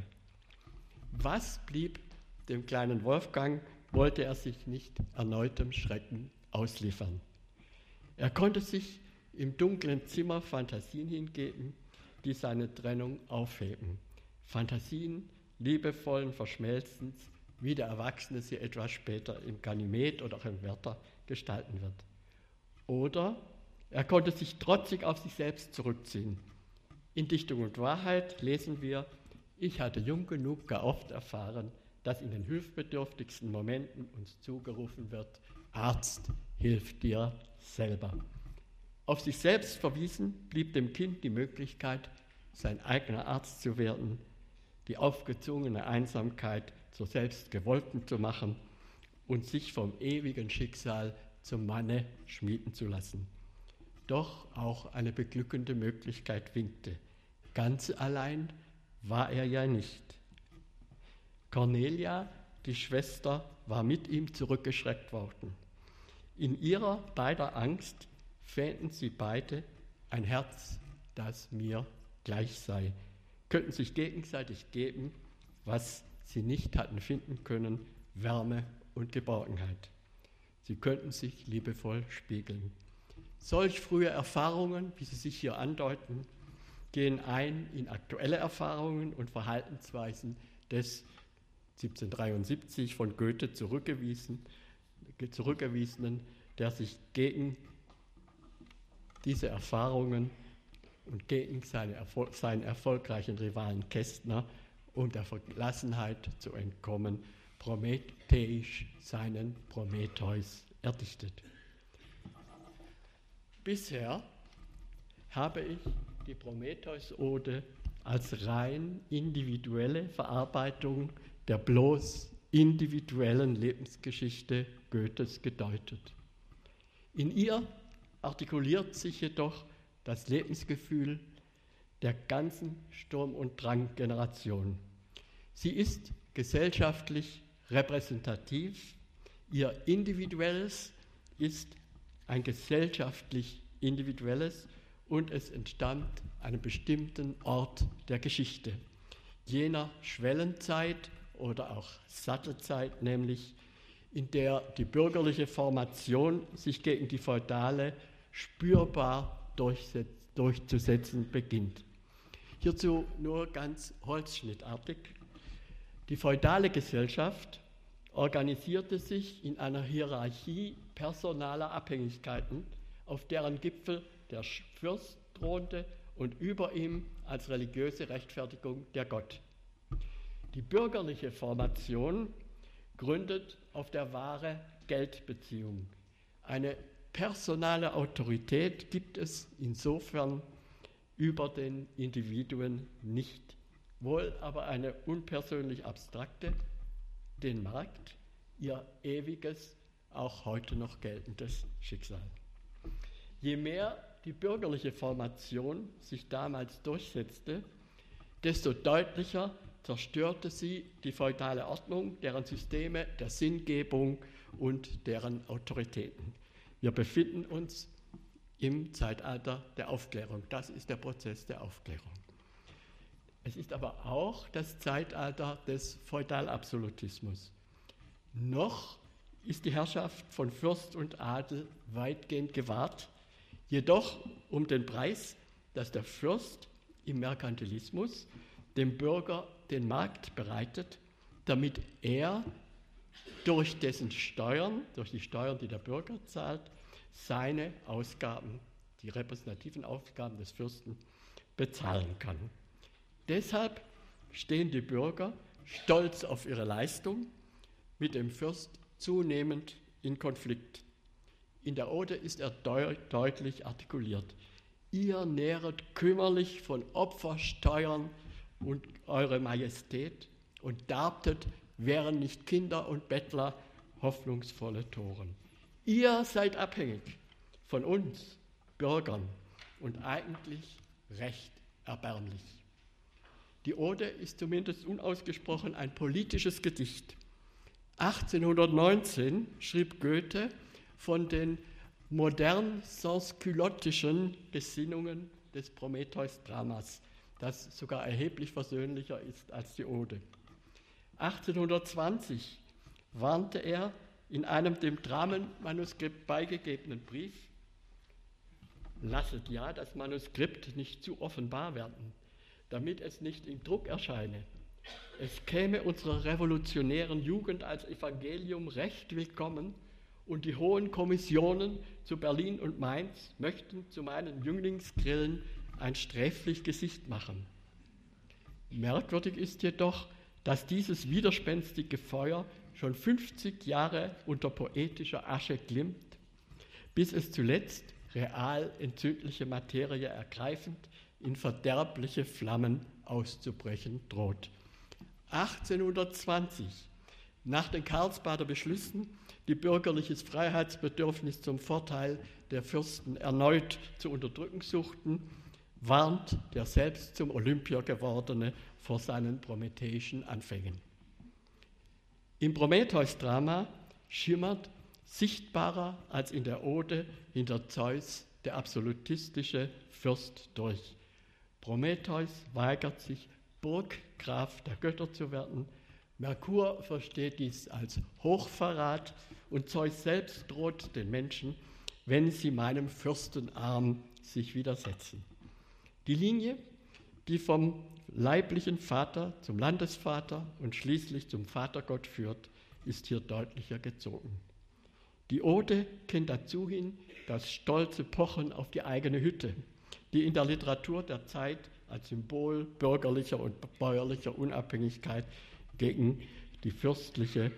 Was blieb dem kleinen Wolfgang, wollte er sich nicht erneutem Schrecken ausliefern. Er konnte sich im dunklen Zimmer Fantasien hingeben, die seine Trennung aufheben. Fantasien liebevollen Verschmelzens, wie der Erwachsene sie etwas später im Ganymed oder auch im Werther gestalten wird. Oder er konnte sich trotzig auf sich selbst zurückziehen. In Dichtung und Wahrheit lesen wir: Ich hatte jung genug gar oft erfahren, dass in den hilfsbedürftigsten Momenten uns zugerufen wird: Arzt, hilf dir selber. Auf sich selbst verwiesen blieb dem Kind die Möglichkeit, sein eigener Arzt zu werden, die aufgezwungene Einsamkeit zur Selbstgewollten zu machen und sich vom ewigen Schicksal zum Manne schmieden zu lassen. Doch auch eine beglückende Möglichkeit winkte. Ganz allein war er ja nicht. Cornelia, die Schwester, war mit ihm zurückgeschreckt worden. In ihrer beider Angst fähnten sie beide ein Herz, das mir gleich sei, könnten sich gegenseitig geben, was sie nicht hatten finden können, Wärme und Geborgenheit. Sie könnten sich liebevoll spiegeln. Solch frühe Erfahrungen, wie sie sich hier andeuten, gehen ein in aktuelle Erfahrungen und Verhaltensweisen des siebzehnhundertdreiundsiebzig von Goethe zurückgewiesen, zurückgewiesenen, der sich gegen diese Erfahrungen und gegen seine Erfol- seinen erfolgreichen Rivalen Kästner, um der Verlassenheit zu entkommen, prometheisch seinen Prometheus erdichtet. Bisher habe ich die Prometheus-Ode als rein individuelle Verarbeitung der bloß individuellen Lebensgeschichte Goethes gedeutet. In ihr artikuliert sich jedoch das Lebensgefühl der ganzen Sturm- und Drang-Generation. Sie ist gesellschaftlich repräsentativ, ihr Individuelles ist ein gesellschaftlich Individuelles und es entstammt einem bestimmten Ort der Geschichte, jener Schwellenzeit oder auch Sattelzeit, nämlich in der die bürgerliche Formation sich gegen die feudale spürbar durchzusetzen beginnt. Hierzu nur ganz holzschnittartig. Die feudale Gesellschaft organisierte sich in einer Hierarchie personaler Abhängigkeiten, auf deren Gipfel der Fürst thronte und über ihm als religiöse Rechtfertigung der Gott. Die bürgerliche Formation gründet auf der wahre Geldbeziehung, eine personale Autorität gibt es insofern über den Individuen nicht, wohl aber eine unpersönlich abstrakte, den Markt, ihr ewiges, auch heute noch geltendes Schicksal. Je mehr die bürgerliche Formation sich damals durchsetzte, desto deutlicher zerstörte sie die feudale Ordnung, deren Systeme der Sinngebung und deren Autoritäten. Wir befinden uns im Zeitalter der Aufklärung. Das ist der Prozess der Aufklärung. Es ist aber auch das Zeitalter des Feudalabsolutismus. Noch ist die Herrschaft von Fürst und Adel weitgehend gewahrt, jedoch um den Preis, dass der Fürst im Merkantilismus dem Bürger den Markt bereitet, damit er durch dessen Steuern, durch die Steuern, die der Bürger zahlt, seine Ausgaben, die repräsentativen Aufgaben des Fürsten, bezahlen kann. Deshalb stehen die Bürger, stolz auf ihre Leistung, mit dem Fürst zunehmend in Konflikt. In der Ode ist er deut- deutlich artikuliert. Ihr nähret kümmerlich von Opfersteuern und eure Majestät und darbtet, wären nicht Kinder und Bettler hoffnungsvolle Toren. Ihr seid abhängig von uns, Bürgern, und eigentlich recht erbärmlich. Die Ode ist zumindest unausgesprochen ein politisches Gedicht. achtzehnhundertneunzehn schrieb Goethe von den modern sansculottischen Gesinnungen des Prometheus-Dramas, das sogar erheblich versöhnlicher ist als die Ode. achtzehnhundertzwanzig warnte er in einem dem Dramenmanuskript beigegebenen Brief: Lasset ja das Manuskript nicht zu offenbar werden, damit es nicht im Druck erscheine. Es käme unserer revolutionären Jugend als Evangelium recht willkommen, und die hohen Kommissionen zu Berlin und Mainz möchten zu meinen Jünglingsgrillen ein sträflich Gesicht machen. Merkwürdig ist jedoch, dass dieses widerspenstige Feuer schon fünfzig Jahre unter poetischer Asche glimmt, bis es zuletzt, real entzündliche Materie ergreifend, in verderbliche Flammen auszubrechen droht. achtzehnhundertzwanzig, nach den Karlsbader Beschlüssen, die bürgerliches Freiheitsbedürfnis zum Vorteil der Fürsten erneut zu unterdrücken suchten, warnt der selbst zum Olympier gewordene vor seinen prometheischen Anfängen. Im Prometheus-Drama schimmert sichtbarer als in der Ode hinter Zeus der absolutistische Fürst durch. Prometheus weigert sich, Burggraf der Götter zu werden. Merkur versteht dies als Hochverrat und Zeus selbst droht den Menschen, wenn sie meinem Fürstenarm sich widersetzen. Die Linie, die vom leiblichen Vater zum Landesvater und schließlich zum Vatergott führt, ist hier deutlicher gezogen. Die Ode kennt dazu hin das stolze Pochen auf die eigene Hütte, die in der Literatur der Zeit als Symbol bürgerlicher und bäuerlicher Unabhängigkeit gegen die, fürstliche,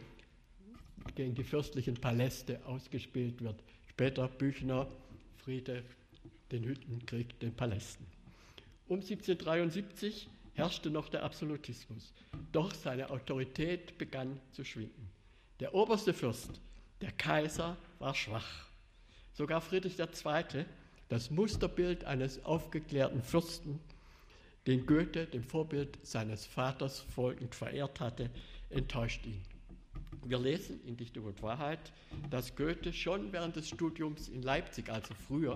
gegen die fürstlichen Paläste ausgespielt wird. Später Büchner, Friede, den Hüttenkrieg, den Palästen. Um siebzehnhundertdreiundsiebzig herrschte noch der Absolutismus, doch seine Autorität begann zu schwinden. Der oberste Fürst, der Kaiser, war schwach. Sogar Friedrich der Zweite, das Musterbild eines aufgeklärten Fürsten, den Goethe, dem Vorbild seines Vaters, folgend verehrt hatte, enttäuscht ihn. Wir lesen in Dichtung und Wahrheit, dass Goethe schon während des Studiums in Leipzig, also früher,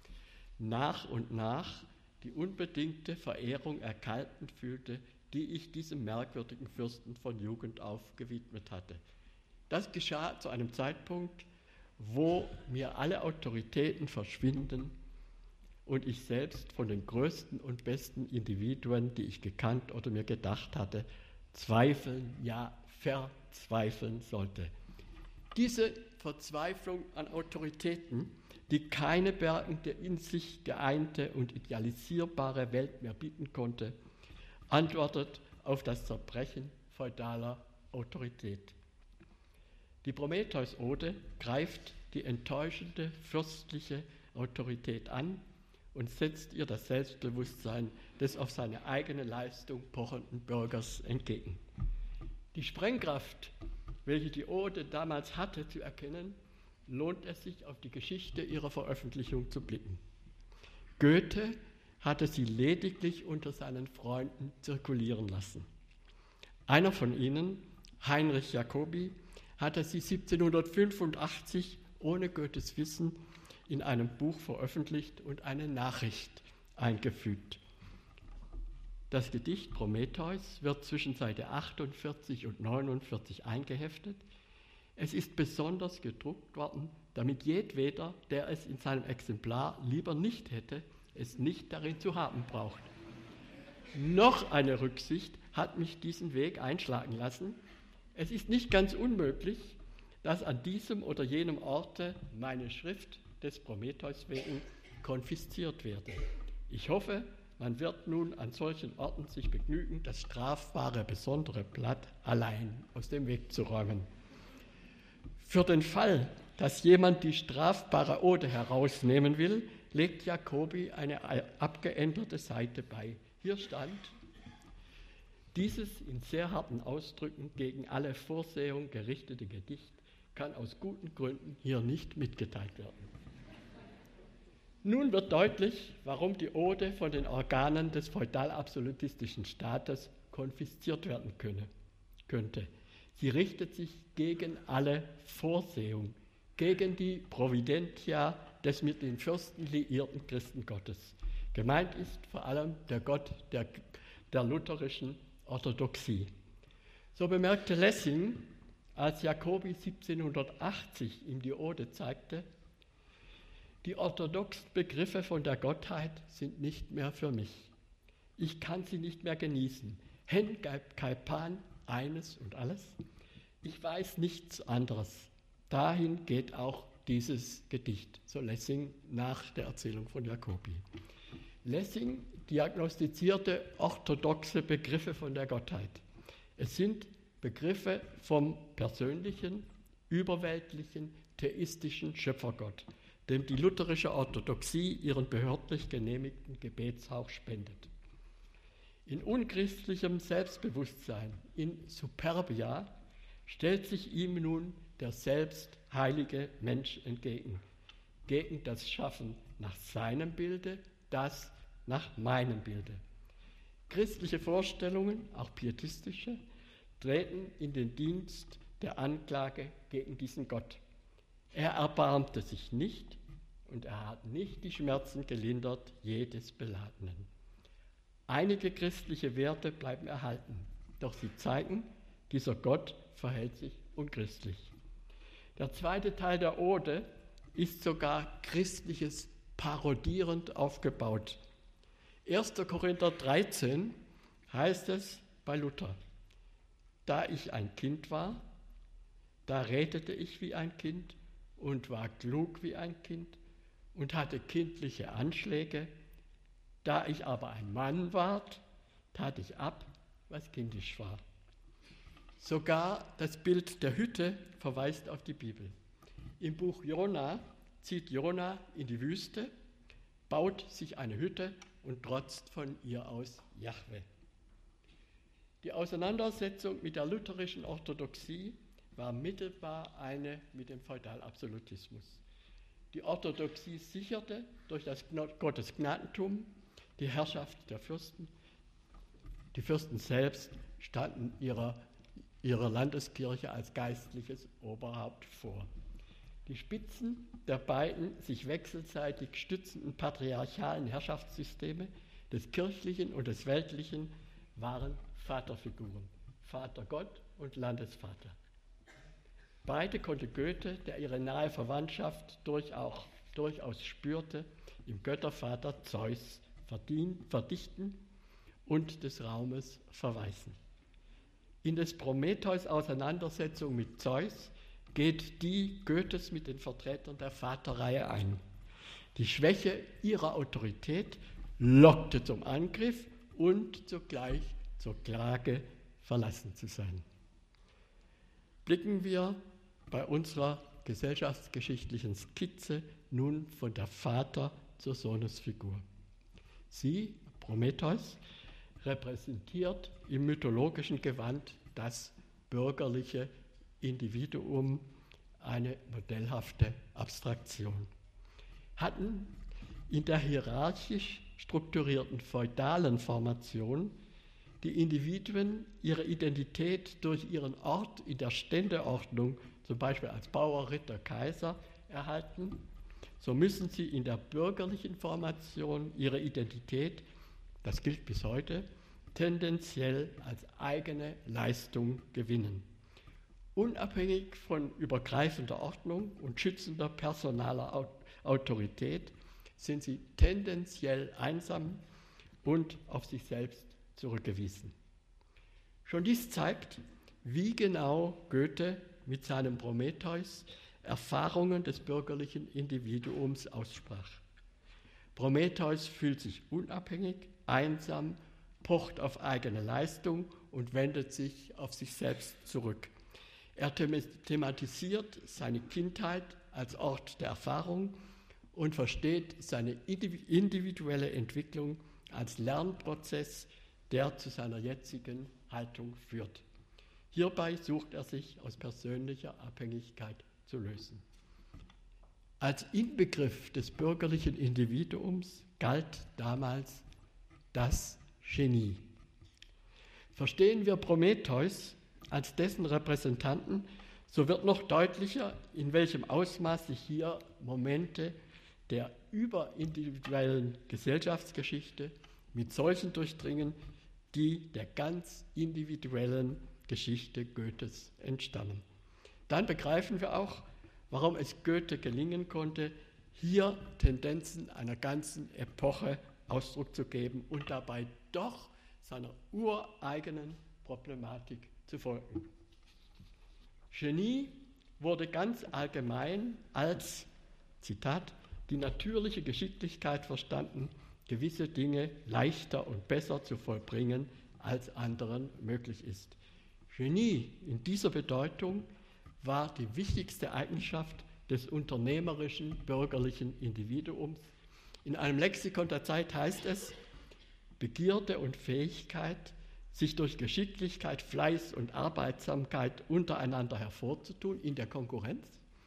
nach und nach die unbedingte Verehrung erkalten fühlte, die ich diesem merkwürdigen Fürsten von Jugend auf gewidmet hatte. Das geschah zu einem Zeitpunkt, wo mir alle Autoritäten verschwinden und ich selbst von den größten und besten Individuen, die ich gekannt oder mir gedacht hatte, zweifeln, ja verzweifeln sollte. Diese Verzweiflung an Autoritäten, die keine bergende, in sich geeinte und idealisierbare Welt mehr bieten konnte, antwortet auf das Zerbrechen feudaler Autorität. Die Prometheus-Ode greift die enttäuschende fürstliche Autorität an und setzt ihr das Selbstbewusstsein des auf seine eigene Leistung pochenden Bürgers entgegen. Die Sprengkraft, welche die Ode damals hatte, zu erkennen, lohnt es sich, auf die Geschichte ihrer Veröffentlichung zu blicken. Goethe hatte sie lediglich unter seinen Freunden zirkulieren lassen. Einer von ihnen, Heinrich Jacobi, hatte sie siebzehnhundertfünfundachtzig ohne Goethes Wissen in einem Buch veröffentlicht und eine Nachricht eingefügt. Das Gedicht Prometheus wird zwischen Seite achtundvierzig und neunundvierzig eingeheftet. Es ist besonders gedruckt worden, damit jedweder, der es in seinem Exemplar lieber nicht hätte, es nicht darin zu haben braucht. Noch eine Rücksicht hat mich diesen Weg einschlagen lassen. Es ist nicht ganz unmöglich, dass an diesem oder jenem Orte meine Schrift des Prometheus wegen konfisziert werde. Ich hoffe, man wird nun an solchen Orten sich begnügen, das strafbare besondere Blatt allein aus dem Weg zu räumen. Für den Fall, dass jemand die strafbare Ode herausnehmen will, legt Jacobi eine abgeänderte Seite bei. Hier stand: Dieses in sehr harten Ausdrücken gegen alle Vorsehung gerichtete Gedicht kann aus guten Gründen hier nicht mitgeteilt werden. Nun wird deutlich, warum die Ode von den Organen des feudal-absolutistischen Staates konfisziert werden könne, könnte. Sie richtet sich gegen alle Vorsehung, gegen die Providentia des mit den Fürsten liierten Christengottes. Gemeint ist vor allem der Gott der, der lutherischen Orthodoxie. So bemerkte Lessing, als Jacobi siebzehnhundertachtzig ihm die Ode zeigte: Die orthodoxen Begriffe von der Gottheit sind nicht mehr für mich. Ich kann sie nicht mehr genießen. Hen kai pan, eines und alles. Ich weiß nichts anderes. Dahin geht auch dieses Gedicht, so Lessing nach der Erzählung von Jacobi. Lessing diagnostizierte orthodoxe Begriffe von der Gottheit. Es sind Begriffe vom persönlichen, überweltlichen, theistischen Schöpfergott, dem die lutherische Orthodoxie ihren behördlich genehmigten Gebetshauch spendet. In unchristlichem Selbstbewusstsein, in Superbia, stellt sich ihm nun der selbst heilige Mensch entgegen, gegen das Schaffen nach seinem Bilde, das nach meinem Bilde. Christliche Vorstellungen, auch pietistische, treten in den Dienst der Anklage gegen diesen Gott. Er erbarmte sich nicht und er hat nicht die Schmerzen gelindert jedes Beladenen. Einige christliche Werte bleiben erhalten, doch sie zeigen, dieser Gott verhält sich unchristlich. Der zweite Teil der Ode ist sogar christliches parodierend aufgebaut. erster Korinther dreizehn heißt es bei Luther: Da ich ein Kind war, da redete ich wie ein Kind und war klug wie ein Kind und hatte kindliche Anschläge. Da ich aber ein Mann ward, tat ich ab, was kindisch war. Sogar das Bild der Hütte verweist auf die Bibel. Im Buch Jona zieht Jona in die Wüste, baut sich eine Hütte und trotzt von ihr aus Jahwe. Die Auseinandersetzung mit der lutherischen Orthodoxie war mittelbar eine mit dem Feudalabsolutismus. Die Orthodoxie sicherte durch das Gottesgnadentum die Herrschaft der Fürsten. Die Fürsten selbst standen ihrer, ihrer Landeskirche als geistliches Oberhaupt vor. Die Spitzen der beiden sich wechselseitig stützenden patriarchalen Herrschaftssysteme des Kirchlichen und des Weltlichen waren Vaterfiguren, Vater Gott und Landesvater. Beide konnte Goethe, der ihre nahe Verwandtschaft durchaus, durchaus spürte, im Göttervater Zeus verdichten und des Raumes verweisen. In des Prometheus Auseinandersetzung mit Zeus geht die Goethes mit den Vertretern der Vaterreihe ein. Die Schwäche ihrer Autorität lockte zum Angriff und zugleich zur Klage, verlassen zu sein. Blicken wir bei unserer gesellschaftsgeschichtlichen Skizze nun von der Vater- zur Sohnesfigur. Sie, Prometheus, repräsentiert im mythologischen Gewand das bürgerliche Individuum, eine modellhafte Abstraktion. Hatten in der hierarchisch strukturierten feudalen Formation die Individuen ihre Identität durch ihren Ort in der Ständeordnung, zum Beispiel als Bauer, Ritter, Kaiser, erhalten, so müssen sie in der bürgerlichen Formation ihre Identität, das gilt bis heute, tendenziell als eigene Leistung gewinnen. Unabhängig von übergreifender Ordnung und schützender personaler Autorität sind sie tendenziell einsam und auf sich selbst zurückgewiesen. Schon dies zeigt, wie genau Goethe mit seinem Prometheus Erfahrungen des bürgerlichen Individuums aussprach. Prometheus fühlt sich unabhängig, einsam, pocht auf eigene Leistung und wendet sich auf sich selbst zurück. Er thematisiert seine Kindheit als Ort der Erfahrung und versteht seine individuelle Entwicklung als Lernprozess, der zu seiner jetzigen Haltung führt. Hierbei sucht er sich aus persönlicher Abhängigkeit zu lösen. Als Inbegriff des bürgerlichen Individuums galt damals das Genie. Verstehen wir Prometheus als dessen Repräsentanten, so wird noch deutlicher, in welchem Ausmaß sich hier Momente der überindividuellen Gesellschaftsgeschichte mit solchen durchdringen, die der ganz individuellen Geschichte Goethes entstammen. Dann begreifen wir auch, warum es Goethe gelingen konnte, hier Tendenzen einer ganzen Epoche Ausdruck zu geben und dabei doch seiner ureigenen Problematik zu folgen. Genie wurde ganz allgemein als, Zitat, die natürliche Geschicklichkeit verstanden, gewisse Dinge leichter und besser zu vollbringen, als anderen möglich ist. Genie in dieser Bedeutung war die wichtigste Eigenschaft des unternehmerischen bürgerlichen Individuums. In einem Lexikon der Zeit heißt es, Begierde und Fähigkeit, sich durch Geschicklichkeit, Fleiß und Arbeitsamkeit untereinander hervorzutun in der Konkurrenz,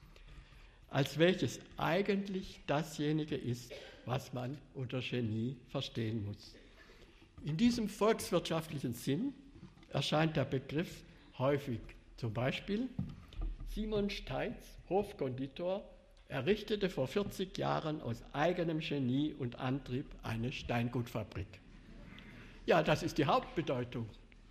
als welches eigentlich dasjenige ist, was man unter Genie verstehen muss. In diesem volkswirtschaftlichen Sinn erscheint der Begriff häufig, zum Beispiel Simon Steitz, Hofkonditor, errichtete vor vierzig Jahren aus eigenem Genie und Antrieb eine Steingutfabrik. Ja, das ist die Hauptbedeutung.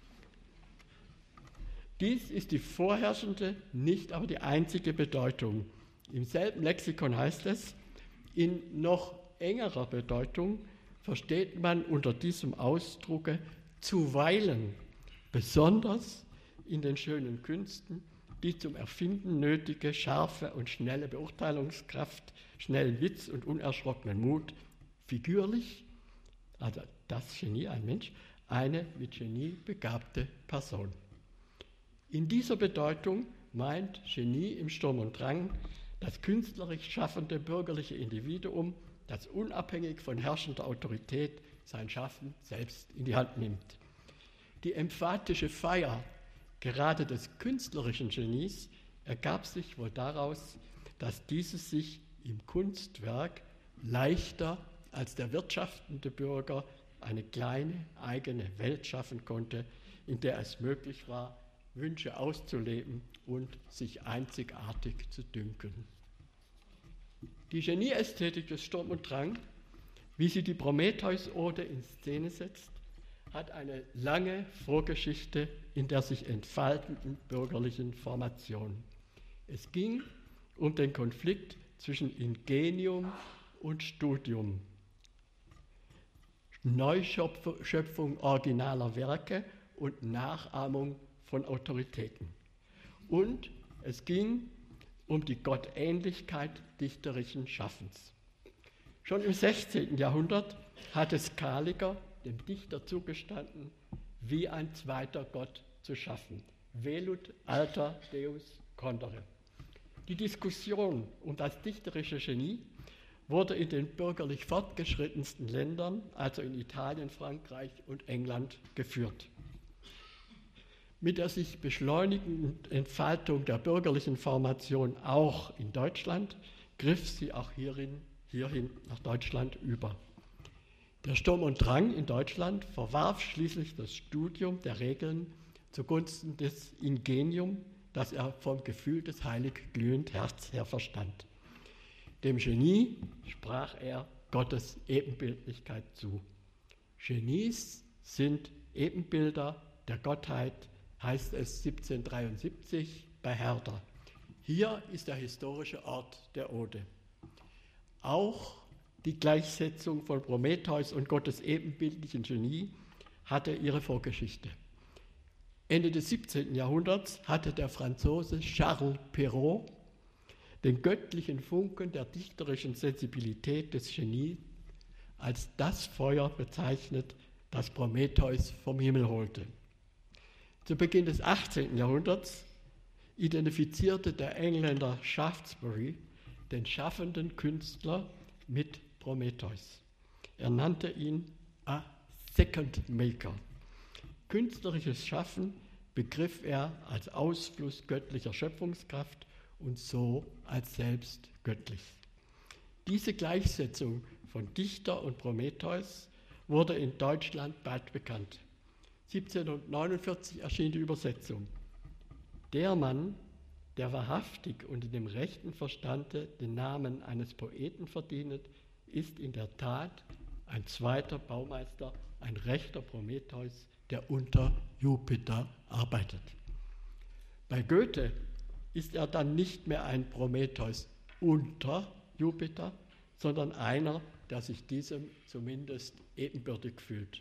Dies ist die vorherrschende, nicht aber die einzige Bedeutung. Im selben Lexikon heißt es, in noch engerer Bedeutung versteht man unter diesem Ausdrucke zuweilen, besonders in den schönen Künsten, die zum Erfinden nötige, scharfe und schnelle Beurteilungskraft, schnellen Witz und unerschrockenen Mut, figürlich, also das Genie, ein Mensch, eine mit Genie begabte Person. In dieser Bedeutung meint Genie im Sturm und Drang das künstlerisch schaffende bürgerliche Individuum, das unabhängig von herrschender Autorität sein Schaffen selbst in die Hand nimmt. Die emphatische Feier gerade des künstlerischen Genies ergab sich wohl daraus, dass dieses sich im Kunstwerk leichter als der wirtschaftende Bürger eine kleine eigene Welt schaffen konnte, in der es möglich war, Wünsche auszuleben und sich einzigartig zu dünken. Die Genieästhetik des Sturm und Drang, wie sie die Prometheus-Ode in Szene setzt, hat eine lange Vorgeschichte in der sich entfaltenden bürgerlichen Formation. Es ging um den Konflikt zwischen Ingenium und Studium, Neuschöpfung originaler Werke und Nachahmung von Autoritäten. Und es ging um die Gottähnlichkeit dichterischen Schaffens. Schon im sechzehnten Jahrhundert hatte Scaliger dem Dichter zugestanden, wie ein zweiter Gott zu schaffen. Velut alter Deus condere. Die Diskussion um das dichterische Genie wurde in den bürgerlich fortgeschrittensten Ländern, also in Italien, Frankreich und England, geführt. Mit der sich beschleunigenden Entfaltung der bürgerlichen Formation auch in Deutschland griff sie auch hierin, hierhin nach Deutschland über. Der Sturm und Drang in Deutschland verwarf schließlich das Studium der Regeln zugunsten des Ingenium, das er vom Gefühl des heilig glühend Herz her verstand. Dem Genie sprach er Gottes Ebenbildlichkeit zu. Genies sind Ebenbilder der Gottheit, heißt es siebzehnhundertdreiundsiebzig bei Herder. Hier ist der historische Ort der Ode. Auch die Gleichsetzung von Prometheus und Gottes ebenbildlichen Genie hatte ihre Vorgeschichte. Ende des siebzehnten Jahrhunderts hatte der Franzose Charles Perrault den göttlichen Funken der dichterischen Sensibilität des Genies als das Feuer bezeichnet, das Prometheus vom Himmel holte. Zu Beginn des achtzehnten Jahrhunderts identifizierte der Engländer Shaftesbury den schaffenden Künstler mit Prometheus. Er nannte ihn a Second Maker. Künstlerisches Schaffen begriff er als Ausfluss göttlicher Schöpfungskraft und so als selbst göttlich. Diese Gleichsetzung von Dichter und Prometheus wurde in Deutschland bald bekannt. siebzehnhundertneunundvierzig erschien die Übersetzung. Der Mann, der wahrhaftig und in dem rechten Verstande den Namen eines Poeten verdient, ist in der Tat ein zweiter Baumeister, ein rechter Prometheus, der unter Jupiter arbeitet. Bei Goethe ist er dann nicht mehr ein Prometheus unter Jupiter, sondern einer, der sich diesem zumindest ebenbürtig fühlt.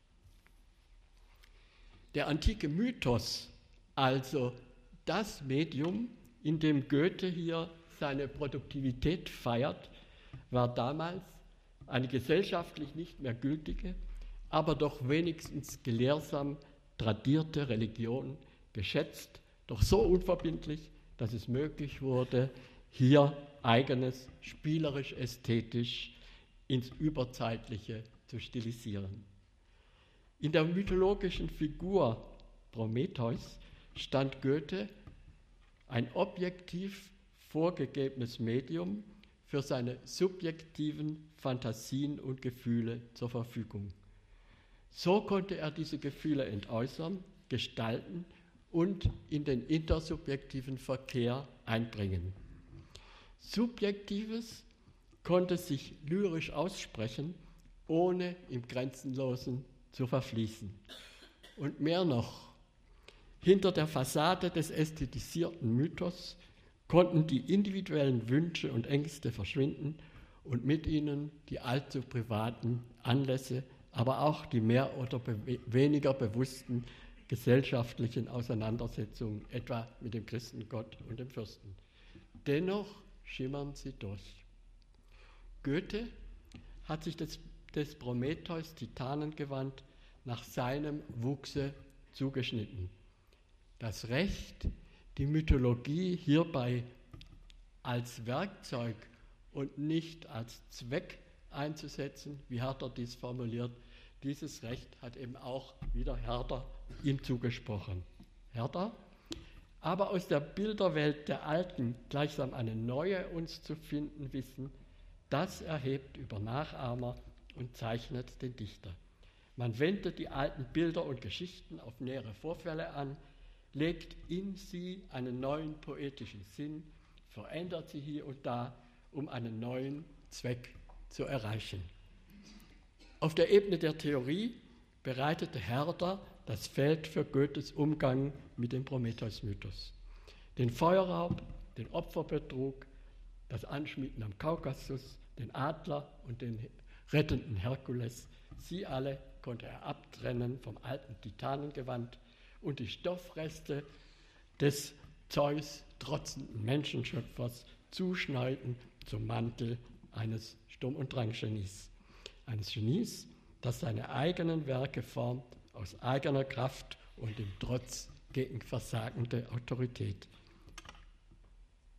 Der antike Mythos, also das Medium, in dem Goethe hier seine Produktivität feiert, war damals eine gesellschaftlich nicht mehr gültige, aber doch wenigstens gelehrsam tradierte Religion, geschätzt, doch so unverbindlich, dass es möglich wurde, hier eigenes spielerisch-ästhetisch ins Überzeitliche zu stilisieren. In der mythologischen Figur Prometheus stand Goethe ein objektiv vorgegebenes Medium für seine subjektiven Fantasien und Gefühle zur Verfügung. So konnte er diese Gefühle entäußern, gestalten und in den intersubjektiven Verkehr einbringen. Subjektives konnte sich lyrisch aussprechen, ohne im Grenzenlosen zu verfließen. Und mehr noch, hinter der Fassade des ästhetisierten Mythos konnten die individuellen Wünsche und Ängste verschwinden und mit ihnen die allzu privaten Anlässe, aber auch die mehr oder be- weniger bewussten gesellschaftlichen Auseinandersetzungen, etwa mit dem Christengott und dem Fürsten. Dennoch schimmern sie durch. Goethe hat sich des, des Prometheus Titanengewand nach seinem Wuchse zugeschnitten. Das Recht, die Mythologie hierbei als Werkzeug und nicht als Zweck einzusetzen, wie Herder dies formuliert, dieses Recht hat eben auch wieder Herder ihm zugesprochen. Herder, aber aus der Bilderwelt der Alten gleichsam eine neue uns zu finden wissen, das erhebt über Nachahmer und zeichnet den Dichter. Man wendet die alten Bilder und Geschichten auf nähere Vorfälle an, legt in sie einen neuen poetischen Sinn, verändert sie hier und da, um einen neuen Zweck zu erreichen. Auf der Ebene der Theorie bereitete Herder das Feld für Goethes Umgang mit dem Prometheus-Mythos. Den Feuerraub, den Opferbetrug, das Anschmieden am Kaukasus, den Adler und den rettenden Herkules, sie alle konnte er abtrennen vom alten Titanengewand und die Stoffreste des Zeus trotzenden Menschenschöpfers zuschneiden zum Mantel eines Sturm- und Drang-Genies. Eines Genies, das seine eigenen Werke formt aus eigener Kraft und im Trotz gegen versagende Autorität.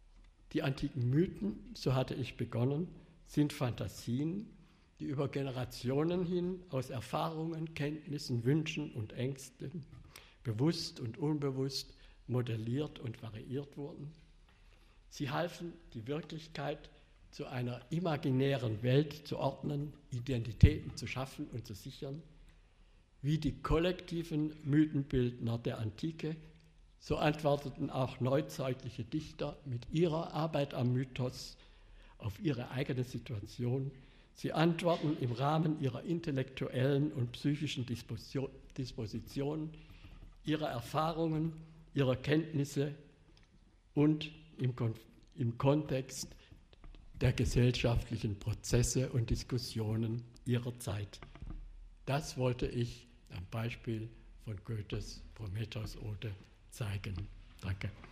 Die antiken Mythen, so hatte ich begonnen, sind Fantasien, die über Generationen hin aus Erfahrungen, Kenntnissen, Wünschen und Ängsten bewusst und unbewusst modelliert und variiert wurden. Sie halfen, die Wirklichkeit zu einer imaginären Welt zu ordnen, Identitäten zu schaffen und zu sichern. Wie die kollektiven Mythenbildner der Antike, so antworteten auch neuzeitliche Dichter mit ihrer Arbeit am Mythos auf ihre eigene Situation. Sie antworten im Rahmen ihrer intellektuellen und psychischen Disposition, ihrer Erfahrungen, ihrer Kenntnisse und im, Kon- im Kontext der gesellschaftlichen Prozesse und Diskussionen ihrer Zeit. Das wollte ich am Beispiel von Goethes Prometheus-Ode zeigen. Danke.